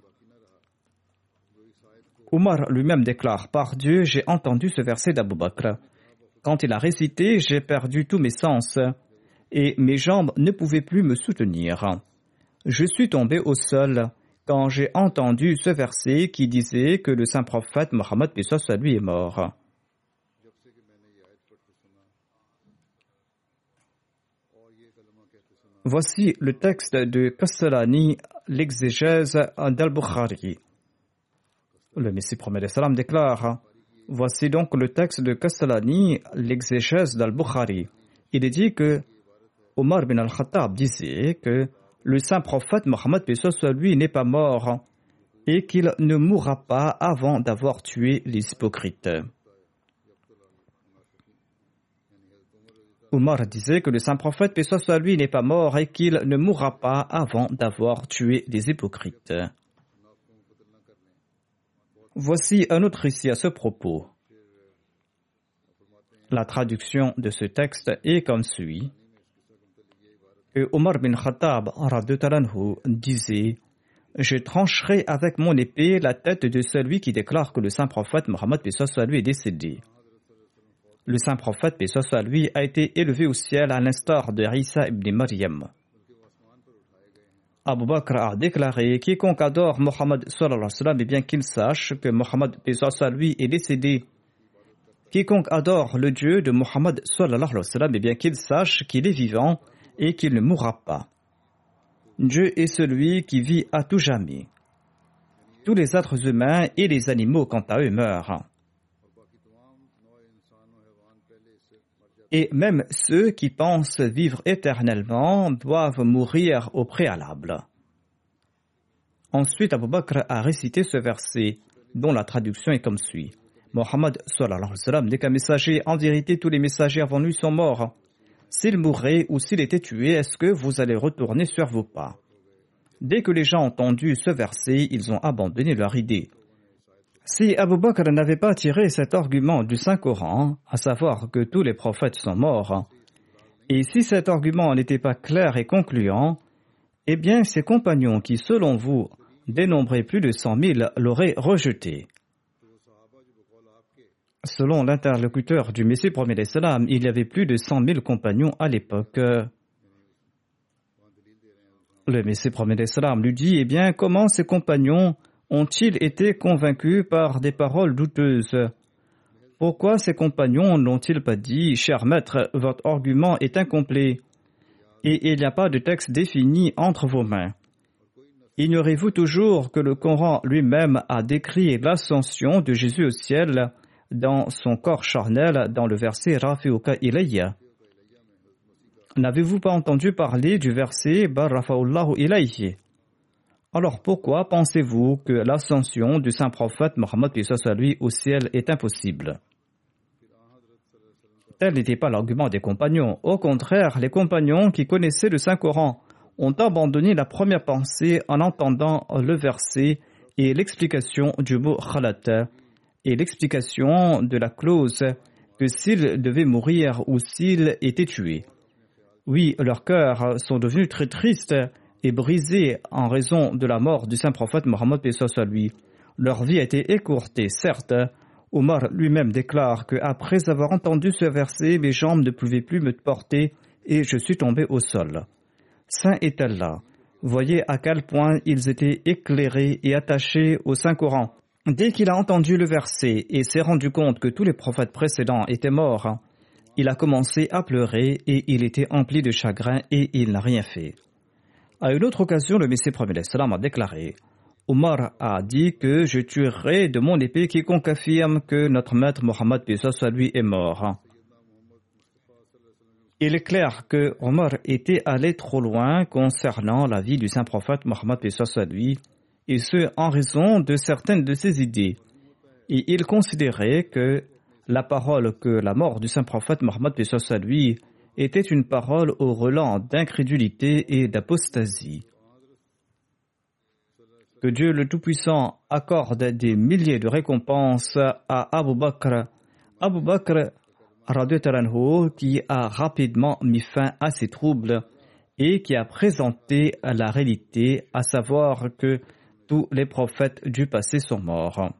Omar lui-même déclare, par Dieu, j'ai entendu ce verset d'Abu Bakr. Quand il a récité, j'ai perdu tous mes sens et mes jambes ne pouvaient plus me soutenir. Je suis tombé au sol quand j'ai entendu ce verset qui disait que le saint prophète Mohammed paix soit lui est mort. Voici le texte de Kastalani, l'exégèse d'Al-Bukhari. Le Messie promet salam déclare, voici donc le texte de Kastalani, l'exégèse d'Al-Bukhari. Il est dit que Omar bin al-Khattab disait que le saint prophète Mohammed paix soit lui n'est pas mort et qu'il ne mourra pas avant d'avoir tué les hypocrites. Omar disait que le saint prophète paix soit lui n'est pas mort et qu'il ne mourra pas avant d'avoir tué les hypocrites. Voici un autre récit à ce propos. La traduction de ce texte est comme suit. Que Omar bin Khattab disait « Je trancherai avec mon épée la tête de celui qui déclare que le saint prophète Mohammed paix soit lui est décédé. » Le saint prophète paix soit lui a été élevé au ciel à l'instar de Isa ibn Maryam. Abu Bakr a déclaré « Quiconque adore Mohammed sallallahu alayhi wa sallam, et bien qu'il sache que Mohammed paix soit lui est décédé. Quiconque adore le Dieu de Mohammed sallallahu alayhi wa sallam, et bien qu'il sache qu'il est vivant et qu'il ne mourra pas. Dieu est celui qui vit à tout jamais. Tous les êtres humains et les animaux quant à eux meurent. Et même ceux qui pensent vivre éternellement doivent mourir au préalable. » Ensuite, Abu Bakr a récité ce verset, dont la traduction est comme suit. Mohammed sallallahu alayhi wa sallam n'est qu'un messager. En vérité, tous les messagers avant lui sont morts. S'il mourait ou s'il était tué, est-ce que vous allez retourner sur vos pas? Dès que les gens ont entendu ce verset, ils ont abandonné leur idée. Si Abu Bakr n'avait pas tiré cet argument du Saint-Coran, à savoir que tous les prophètes sont morts, et si cet argument n'était pas clair et concluant, eh bien ses compagnons qui, selon vous, dénombraient plus de 100 000, l'auraient rejeté. Selon l'interlocuteur du Messie promet salam, il y avait plus de 100 000 compagnons à l'époque. Le Messie promet salam lui dit, eh bien, comment ces compagnons ont-ils été convaincus par des paroles douteuses? Pourquoi ces compagnons n'ont-ils pas dit, cher maître, votre argument est incomplet et il n'y a pas de texte défini entre vos mains? Ignorez-vous toujours que le Coran lui-même a décrit l'ascension de Jésus au ciel dans son corps charnel dans le verset Rafiuka ilayya? N'avez-vous pas entendu parler du verset Barrafa'ullahu ilayhi? Alors pourquoi pensez-vous que l'ascension du saint prophète Mohammed paix soit lui au ciel est impossible? Tel n'était pas l'argument des compagnons. Au contraire, les compagnons qui connaissaient le Saint-Coran ont abandonné la première pensée en entendant le verset et l'explication du mot khalat et l'explication de la clause que s'ils devaient mourir ou s'ils étaient tués. Oui, leurs cœurs sont devenus très tristes et brisés en raison de la mort du saint prophète Mohammed paix soit lui. Leur vie a été écourtée, certes. Omar lui-même déclare que après avoir entendu ce verset, mes jambes ne pouvaient plus me porter et je suis tombé au sol. Saint est Allah. Voyez à quel point ils étaient éclairés et attachés au Saint-Coran. Dès qu'il a entendu le verset et s'est rendu compte que tous les prophètes précédents étaient morts, il a commencé à pleurer et il était empli de chagrin et il n'a rien fait. À une autre occasion, le Messie prophète a déclaré: Omar a dit que je tuerai de mon épée quiconque affirme que notre maître Mohammed lui est mort. Il est clair que Omar était allé trop loin concernant la vie du saint prophète Mohammed lui, et ce en raison de certaines de ses idées. Et il considérait que la parole que la mort du saint prophète Mohammed lui était une parole au relent d'incrédulité et d'apostasie. Que Dieu le Tout-Puissant accorde des milliers de récompenses à Abu Bakr. Abu Bakr, qui a rapidement mis fin à ses troubles et qui a présenté la réalité, à savoir que tous les prophètes du passé sont morts.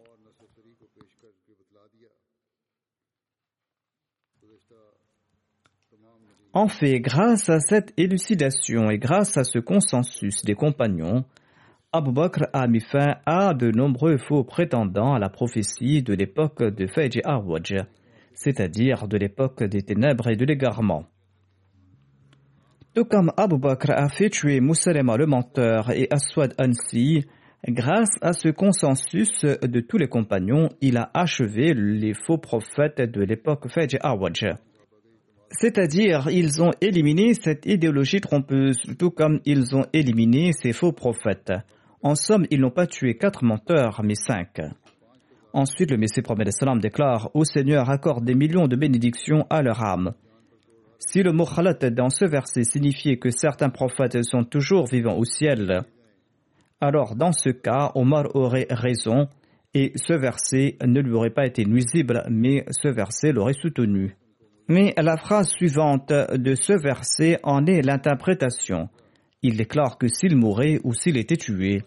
En fait, grâce à cette élucidation et grâce à ce consensus des compagnons, Abu Bakr a mis fin à de nombreux faux prétendants à la prophétie de l'époque de Fayj Arwaj, c'est-à-dire de l'époque des ténèbres et de l'égarement. Tout comme Abu Bakr a fait tuer Moussalema le menteur et Aswad Ansi, grâce à ce consensus de tous les compagnons, il a achevé les faux prophètes de l'époque Fayj Arwaj. C'est-à-dire, ils ont éliminé cette idéologie trompeuse, tout comme ils ont éliminé ces faux prophètes. En somme, ils n'ont pas tué 4 menteurs, mais 5. Ensuite, le Messie prophète déclare: Ô Seigneur, accorde des millions de bénédictions à leur âme. Si le mot khalat dans ce verset signifiait que certains prophètes sont toujours vivants au ciel, alors dans ce cas, Omar aurait raison et ce verset ne lui aurait pas été nuisible, mais ce verset l'aurait soutenu. Mais la phrase suivante de ce verset en est l'interprétation. Il déclare que s'il mourait ou s'il était tué.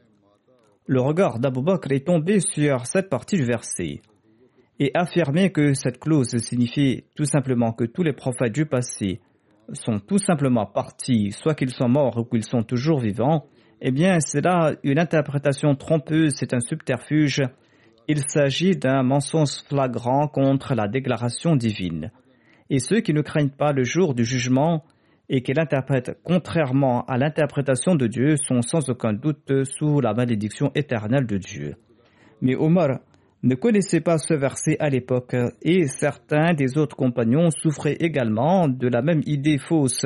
Le regard d'Abu Bakr est tombé sur cette partie du verset et affirmait que cette clause signifiait tout simplement que tous les prophètes du passé sont tout simplement partis, soit qu'ils sont morts ou qu'ils sont toujours vivants. Eh bien, c'est là une interprétation trompeuse, c'est un subterfuge. Il s'agit d'un mensonge flagrant contre la déclaration divine. Et ceux qui ne craignent pas le jour du jugement et qui l'interprètent contrairement à l'interprétation de Dieu sont sans aucun doute sous la malédiction éternelle de Dieu. Mais Omar ne connaissait pas ce verset à l'époque et certains des autres compagnons souffraient également de la même idée fausse.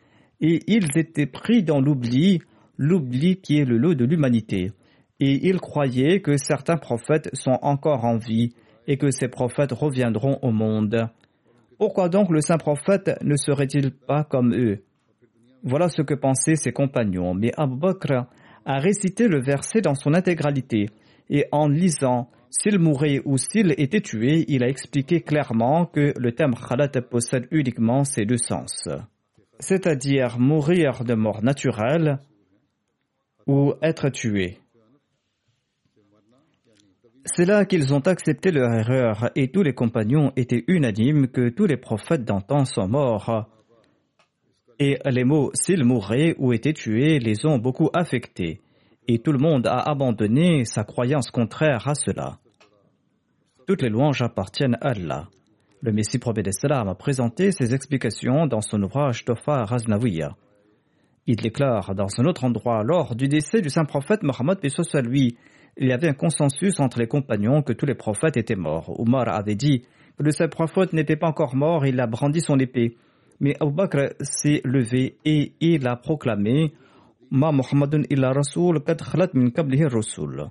Et ils étaient pris dans l'oubli qui est le lot de l'humanité. Et ils croyaient que certains prophètes sont encore en vie et que ces prophètes reviendront au monde. Pourquoi donc le saint prophète ne serait-il pas comme eux? Voilà ce que pensaient ses compagnons. Mais Abu Bakr a récité le verset dans son intégralité. Et en lisant « S'il mourait ou s'il était tué », il a expliqué clairement que le terme « khalat » possède uniquement ces deux sens. C'est-à-dire mourir de mort naturelle ou être tué. C'est là qu'ils ont accepté leur erreur et tous les compagnons étaient unanimes que tous les prophètes d'antan sont morts. Et les mots « s'il mourait ou était tué » les ont beaucoup affectés. Et tout le monde a abandonné sa croyance contraire à cela. Toutes les louanges appartiennent à Allah. Le Messie prophète a présenté ses explications dans son ouvrage Tofa Raznawiya. Il déclare dans un autre endroit: lors du décès du saint prophète Mohammed lui, il y avait un consensus entre les compagnons que tous les prophètes étaient morts. Omar avait dit que le saint prophète n'était pas encore mort et il a brandi son épée. Mais Abu Bakr s'est levé et il a proclamé: Ma Muhammadun illa Rasul qad khalat min qablihi Rasul.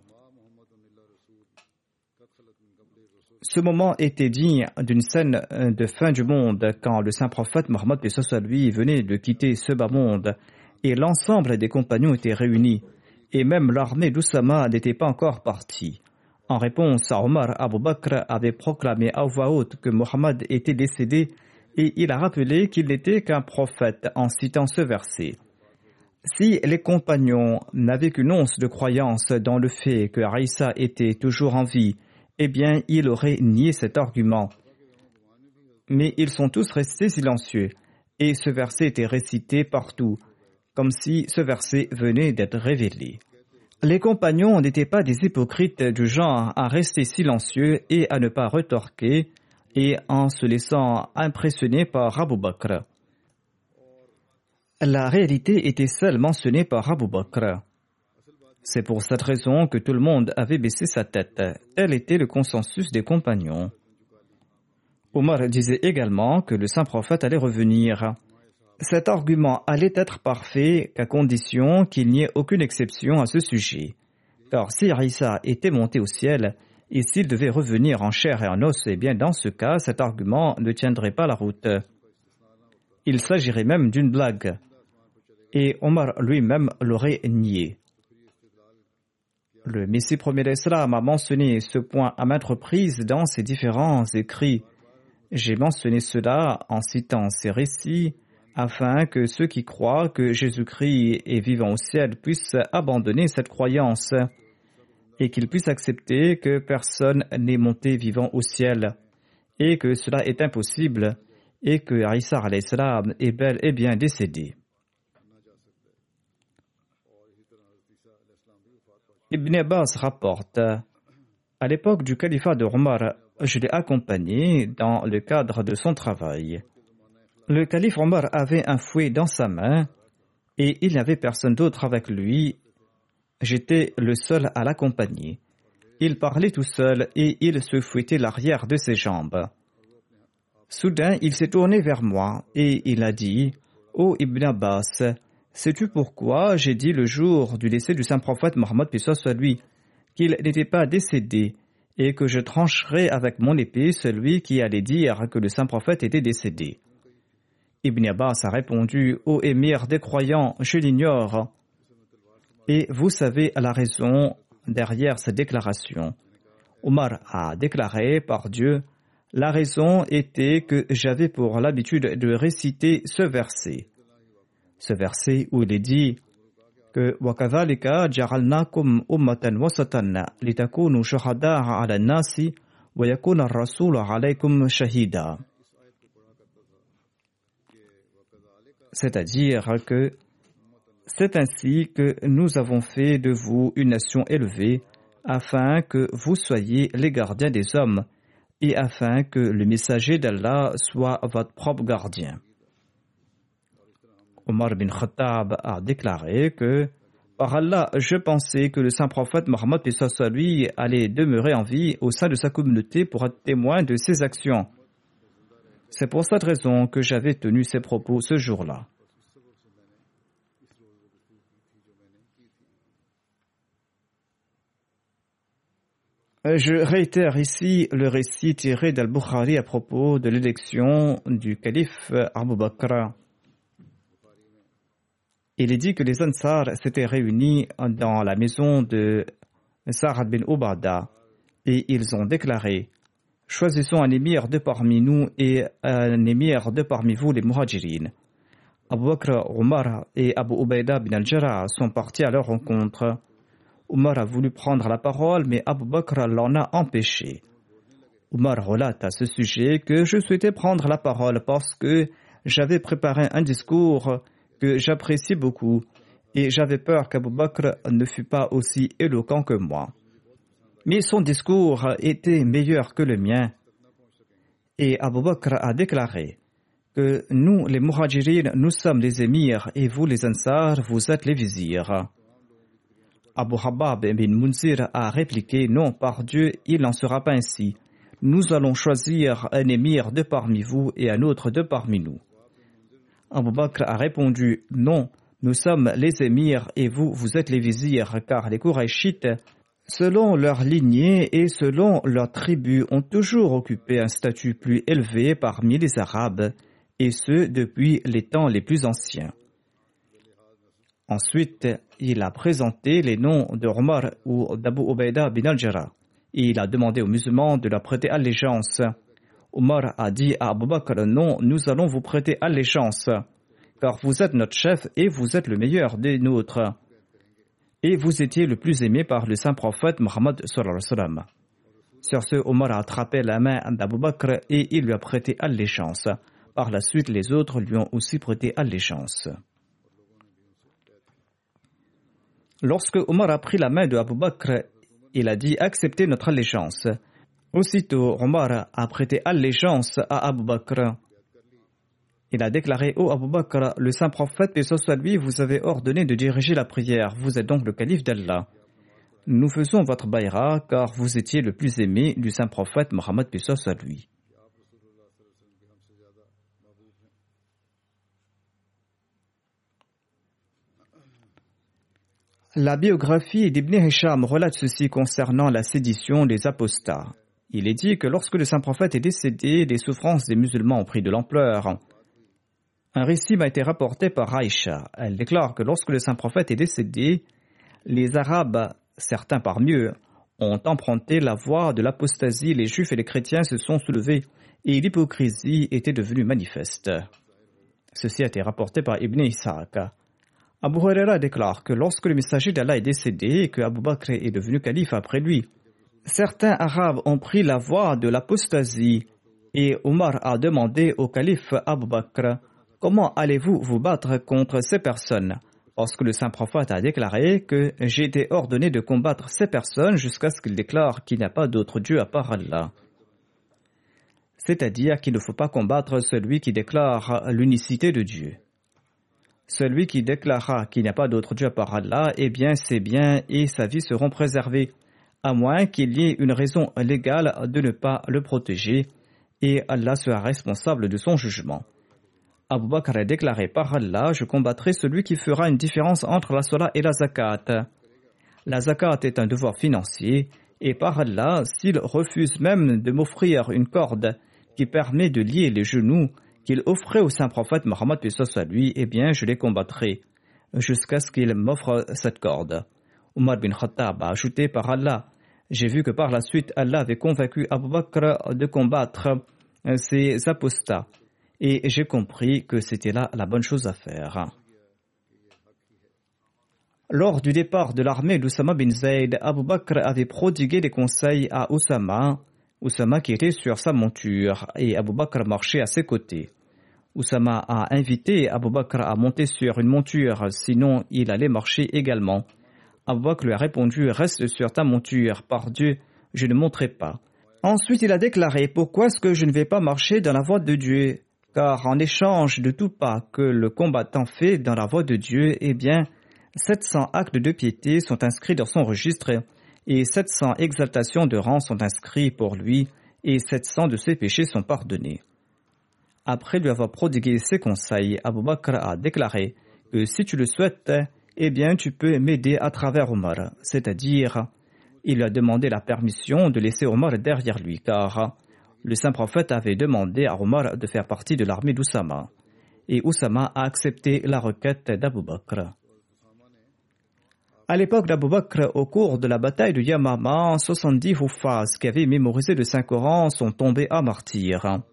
Ce moment était digne d'une scène de fin du monde quand le saint prophète Mohammed lui venait de quitter ce bas monde et l'ensemble des compagnons étaient réunis et même l'armée d'Oussama n'était pas encore partie. En réponse à Omar, Abu Bakr avait proclamé à voix haute que Mohammed était décédé et il a rappelé qu'il n'était qu'un prophète en citant ce verset. Si les compagnons n'avaient qu'une once de croyance dans le fait que Aïssa était toujours en vie, eh bien, ils auraient nié cet argument. Mais ils sont tous restés silencieux, et ce verset était récité partout, comme si ce verset venait d'être révélé. Les compagnons n'étaient pas des hypocrites du genre à rester silencieux et à ne pas retorquer, et en se laissant impressionner par Abu Bakr. la réalité était seule mentionnée par Abu Bakr. C'est pour cette raison que tout le monde avait baissé sa tête. Tel était le consensus des compagnons. Omar disait également que le saint prophète allait revenir. Cet argument allait être parfait qu'à condition qu'il n'y ait aucune exception à ce sujet. Car si Isa était monté au ciel, et s'il devait revenir en chair et en os, eh bien dans ce cas, cet argument ne tiendrait pas la route. Il s'agirait même d'une blague. Et Omar lui-même l'aurait nié. Le Messie premier d'Islam a mentionné ce point à maintes reprises dans ses différents écrits. J'ai mentionné cela en citant ces récits afin que ceux qui croient que Jésus-Christ est vivant au ciel puissent abandonner cette croyance et qu'ils puissent accepter que personne n'est monté vivant au ciel et que cela est impossible et que Isa alayhi salam est bel et bien décédé. Ibn Abbas rapporte, à l'époque du califat de Omar, je l'ai accompagné dans le cadre de son travail. Le calife Omar avait un fouet dans sa main et il n'y avait personne d'autre avec lui. J'étais le seul à l'accompagner. Il parlait tout seul et il se fouettait l'arrière de ses jambes. Soudain, il s'est tourné vers moi et il a dit « Ô Ibn Abbas, sais-tu pourquoi j'ai dit le jour du décès du saint prophète Mohammed paix soit lui qu'il n'était pas décédé et que je trancherais avec mon épée celui qui allait dire que le saint prophète était décédé ?» Ibn Abbas a répondu « Ô émir des croyants, je l'ignore. » Et vous savez la raison derrière cette déclaration. Omar a déclaré par Dieu, la raison était que j'avais pour l'habitude de réciter ce verset. Ce verset où il est dit que وَكَذَلِكَ جَعَلْنَاكُمْ أُمَّةً وَسَطًا لِتَكُونُوا شُهَدَاءَ عَلَى النَّاسِ وَيَكُونَ الرَّسُولُ عَلَيْكُمْ شَهِيدًا. C'est-à-dire que c'est ainsi que nous avons fait de vous une nation élevée, afin que vous soyez les gardiens des hommes, et afin que le messager d'Allah soit votre propre gardien. Omar bin Khattab a déclaré que, par Allah, je pensais que le saint prophète Mohammed lui allait demeurer en vie au sein de sa communauté pour être témoin de ses actions. C'est pour cette raison que j'avais tenu ces propos ce jour-là. Je réitère ici le récit tiré d'Al-Bukhari à propos de l'élection du calife Abu Bakr. Il est dit que les Ansar s'étaient réunis dans la maison de Sa'ad bin Ubada et ils ont déclaré « Choisissons un émir de parmi nous et un émir de parmi vous les Muhajirin ». Abu Bakr, Omar et Abu Ubaida bin al-Jarrah sont partis à leur rencontre. Omar a voulu prendre la parole, mais Abu Bakr l'en a empêché. Omar relate à ce sujet que je souhaitais prendre la parole parce que j'avais préparé un discours que j'apprécie beaucoup et j'avais peur qu'Abu Bakr ne fût pas aussi éloquent que moi. Mais son discours était meilleur que le mien. Et Abu Bakr a déclaré que nous, les Muhajirin, nous sommes les émirs et vous, les Ansar, vous êtes les vizirs. Abu Habab bin Munzir a répliqué « Non, par Dieu, il n'en sera pas ainsi. Nous allons choisir un émir de parmi vous et un autre de parmi nous. » Abu Bakr a répondu « Non, nous sommes les émirs et vous, vous êtes les vizirs, car les Qurayshites, selon leur lignée et selon leur tribu, ont toujours occupé un statut plus élevé parmi les Arabes, et ce depuis les temps les plus anciens. » Ensuite, il a présenté les noms de Omar ou d'Abu Ubaida bin al-Jarrah et il a demandé aux musulmans de leur prêter allégeance. Omar a dit à Abu Bakr, non, nous allons vous prêter allégeance, car vous êtes notre chef et vous êtes le meilleur des nôtres. Et vous étiez le plus aimé par le saint prophète Mohammed sallallahu alayhi wa sallam. Sur ce, Omar a attrapé la main d'Abu Bakr et il lui a prêté allégeance. Par la suite, les autres lui ont aussi prêté allégeance. Lorsque Omar a pris la main de Abu Bakr, il a dit « Acceptez notre allégeance ». Aussitôt, Omar a prêté allégeance à Abu Bakr. Il a déclaré: Ô Abu Bakr, le saint prophète, paix soit lui, vous avez ordonné de diriger la prière. Vous êtes donc le calife d'Allah. Nous faisons votre bayra car vous étiez le plus aimé du saint prophète Mohammed, paix soit lui. La biographie d'Ibn Hisham relate ceci concernant la sédition des apostats. Il est dit que lorsque le saint prophète est décédé, les souffrances des musulmans ont pris de l'ampleur. Un récit m'a été rapporté par Aïcha. Elle déclare que lorsque le saint prophète est décédé, les Arabes, certains parmi eux, ont emprunté la voie de l'apostasie, les Juifs et les chrétiens se sont soulevés et l'hypocrisie était devenue manifeste. Ceci a été rapporté par Ibn Ishaq. Abu Huraira déclare que lorsque le messager d'Allah est décédé et que Abu Bakr est devenu calife après lui, certains Arabes ont pris la voie de l'apostasie et Omar a demandé au calife Abu Bakr: comment allez-vous vous battre contre ces personnes? Parce que le saint prophète a déclaré que j'ai été ordonné de combattre ces personnes jusqu'à ce qu'ils déclarent qu'il n'y a pas d'autre Dieu à part Allah. C'est-à-dire qu'il ne faut pas combattre celui qui déclare l'unicité de Dieu. Celui qui déclarera qu'il n'y a pas d'autre Dieu à part Allah, eh bien ses biens et sa vie seront préservés, à moins qu'il y ait une raison légale de ne pas le protéger, et Allah sera responsable de son jugement. Abu Bakr a déclaré: par Allah, je combattrai celui qui fera une différence entre la salat et la zakat. La zakat est un devoir financier, et par Allah, s'il refuse même de m'offrir une corde qui permet de lier les genoux, qu'il offrait au saint prophète Mohammed, paix soit lui, eh bien je les combattrai jusqu'à ce qu'il m'offre cette corde. Omar bin Khattab a ajouté: par Allah, j'ai vu que par la suite Allah avait convaincu Abu Bakr de combattre ces apostats et j'ai compris que c'était là la bonne chose à faire. Lors du départ de l'armée d'Oussama bin Zayd, Abu Bakr avait prodigué des conseils à Oussama qui était sur sa monture, et Abu Bakr marchait à ses côtés. Oussama a invité Abu Bakr à monter sur une monture, sinon il allait marcher également. Abu Bakr lui a répondu: reste sur ta monture, par Dieu, je ne monterai pas. Ensuite il a déclaré: pourquoi est-ce que je ne vais pas marcher dans la voie de Dieu? Car en échange de tout pas que le combattant fait dans la voie de Dieu, eh bien, 700 actes de piété sont inscrits dans son registre, et 700 exaltations de rang sont inscrits pour lui, et 700 de ses péchés sont pardonnés. Après lui avoir prodigué ses conseils, Abu Bakr a déclaré que si tu le souhaites, eh bien tu peux m'aider à travers Omar. C'est-à-dire, il lui a demandé la permission de laisser Omar derrière lui, car le saint prophète avait demandé à Omar de faire partie de l'armée d'Oussama. Et Oussama a accepté la requête d'Abu Bakr. À l'époque d'Abu Bakr, au cours de la bataille de Yamama, 70 Houffaz qui avaient mémorisé le Saint-Coran sont tombés à martyr.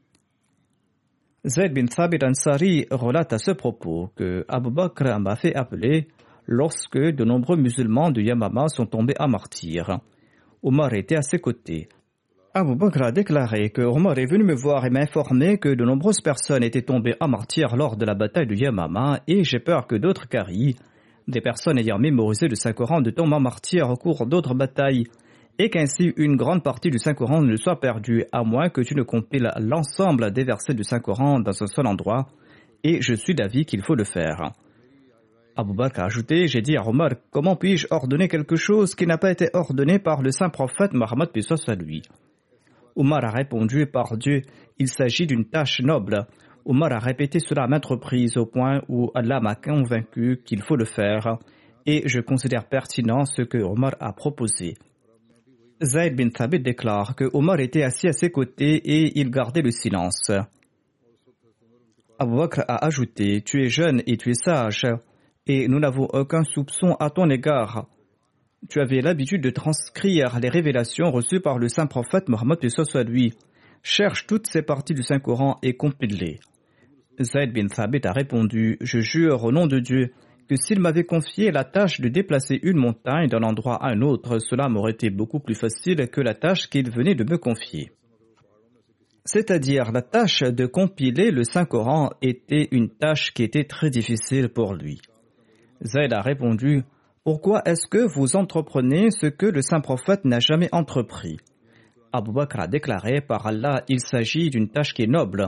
Zayd bin Thabit Ansari relate à ce propos que Abu Bakr m'a fait appeler lorsque de nombreux musulmans de Yamama sont tombés à martyr. Omar était à ses côtés. Abu Bakr a déclaré que Omar est venu me voir et m'a informé que de nombreuses personnes étaient tombées à martyr lors de la bataille de Yamama et j'ai peur que d'autres caries, des personnes ayant mémorisé le Saint-Coran, de tombent à martyr au cours d'autres batailles et qu'ainsi une grande partie du Saint-Coran ne soit perdue à moins que tu ne compiles l'ensemble des versets du Saint-Coran dans un seul endroit et je suis d'avis qu'il faut le faire. Abu Bakr a ajouté: j'ai dit à Omar, comment puis-je ordonner quelque chose qui n'a pas été ordonné par le saint prophète Mohammed, paix soit lui. Omar a répondu: par Dieu, il s'agit d'une tâche noble. Omar a répété cela à maintes reprises au point où Allah m'a convaincu qu'il faut le faire et je considère pertinent ce que Omar a proposé. Zayd bin Thabit déclare que Omar était assis à ses côtés et il gardait le silence. Abu Bakr a ajouté: tu es jeune et tu es sage et nous n'avons aucun soupçon à ton égard. Tu avais l'habitude de transcrire les révélations reçues par le saint prophète Mohammed, paix soit lui. Cherche toutes ces parties du Saint-Coran et compile-les. Zayd bin Thabit a répondu: je jure au nom de Dieu que s'il m'avait confié la tâche de déplacer une montagne d'un endroit à un autre, cela m'aurait été beaucoup plus facile que la tâche qu'il venait de me confier. C'est-à-dire, la tâche de compiler le Saint-Coran était une tâche qui était très difficile pour lui. Zayd a répondu: pourquoi est-ce que vous entreprenez ce que le saint prophète n'a jamais entrepris? Abu Bakr a déclaré: par Allah, il s'agit d'une tâche qui est noble.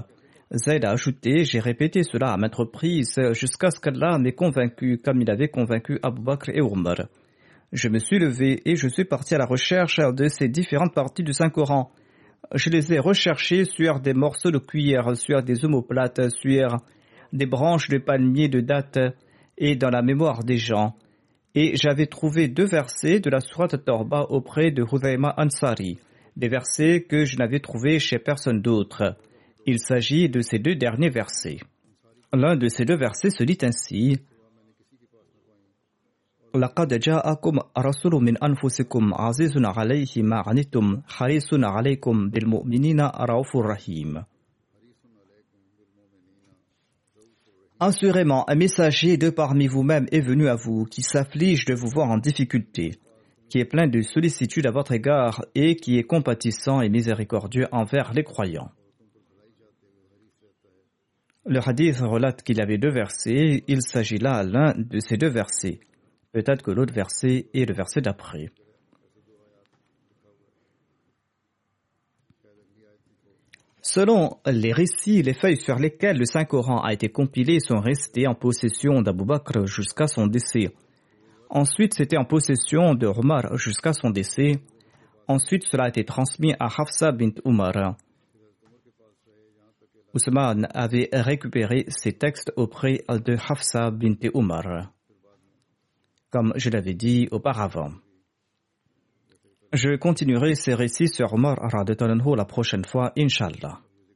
Zayd a ajouté, j'ai répété cela à maintes reprises jusqu'à ce qu'Allah m'ait convaincu comme il avait convaincu Abu Bakr et Omar. Je me suis levé et je suis parti à la recherche de ces différentes parties du Saint-Coran. Je les ai recherchées sur des morceaux de cuillère, sur des omoplates, sur des branches de palmiers de dattes et dans la mémoire des gens. Et j'avais trouvé 2 versets de la sourate Torba auprès de Hudayma Ansari, des versets que je n'avais trouvés chez personne d'autre. Il s'agit de ces 2 derniers versets. L'un de ces 2 versets se dit ainsi: لقد جاءكم رسول من أنفسكم عزيز عليه ما عنتم حريص عليكم بالمؤمنين رؤوف رحيم. Assurément, un messager de parmi vous-même est venu à vous, qui s'afflige de vous voir en difficulté, qui est plein de sollicitude à votre égard et qui est compatissant et miséricordieux envers les croyants. Le hadith relate qu'il y avait 2 versets, il s'agit là l'un de ces 2 versets. Peut-être que l'autre verset est le verset d'après. Selon les récits, les feuilles sur lesquelles le Saint-Coran a été compilé sont restées en possession d'Abu Bakr jusqu'à son décès. Ensuite, c'était en possession de Omar jusqu'à son décès. Ensuite, cela a été transmis à Hafsa bint Umar. Ousmane avait récupéré ces textes auprès de Hafsa bint Umar, comme je l'avais dit auparavant. Je continuerai ces récits sur Omar radhiyallahu anhu la prochaine fois, Inch'Allah.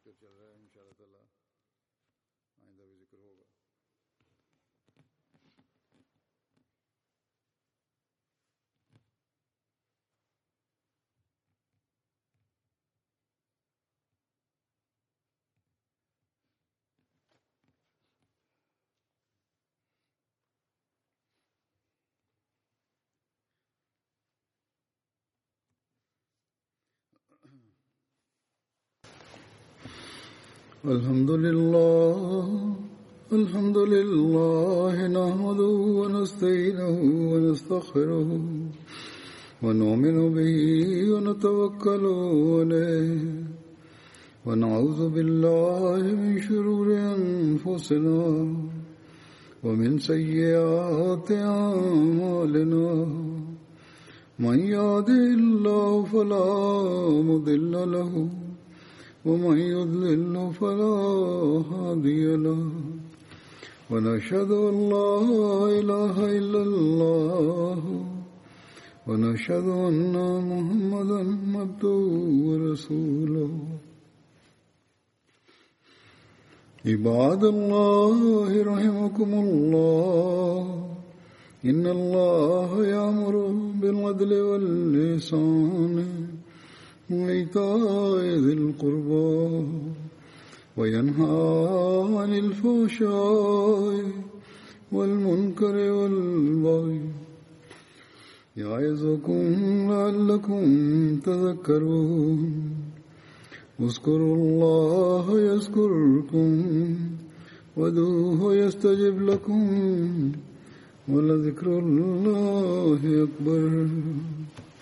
الحمد لله نحمده ونستعينه ونستغفره ونؤمن به ونتوكل عليه ونعوذ بالله من شرور أنفسنا ومن سيئات أعمالنا من يهده الله فلا مضل له ومن يضلل فلا هادي له ونشهد أن لا إله إلا الله ونشهد أن محمدا عبده ورسوله عباد الله رحمكم الله إن الله يأمر بالعدل والإحسان وإيتاء ذي القربى وينهى عن الفحشاء والمنكر والبغي يعظكم لعلكم تذكرون اذكروا الله يذكركم وادعوه يستجب لكم ولذكر الله أكبر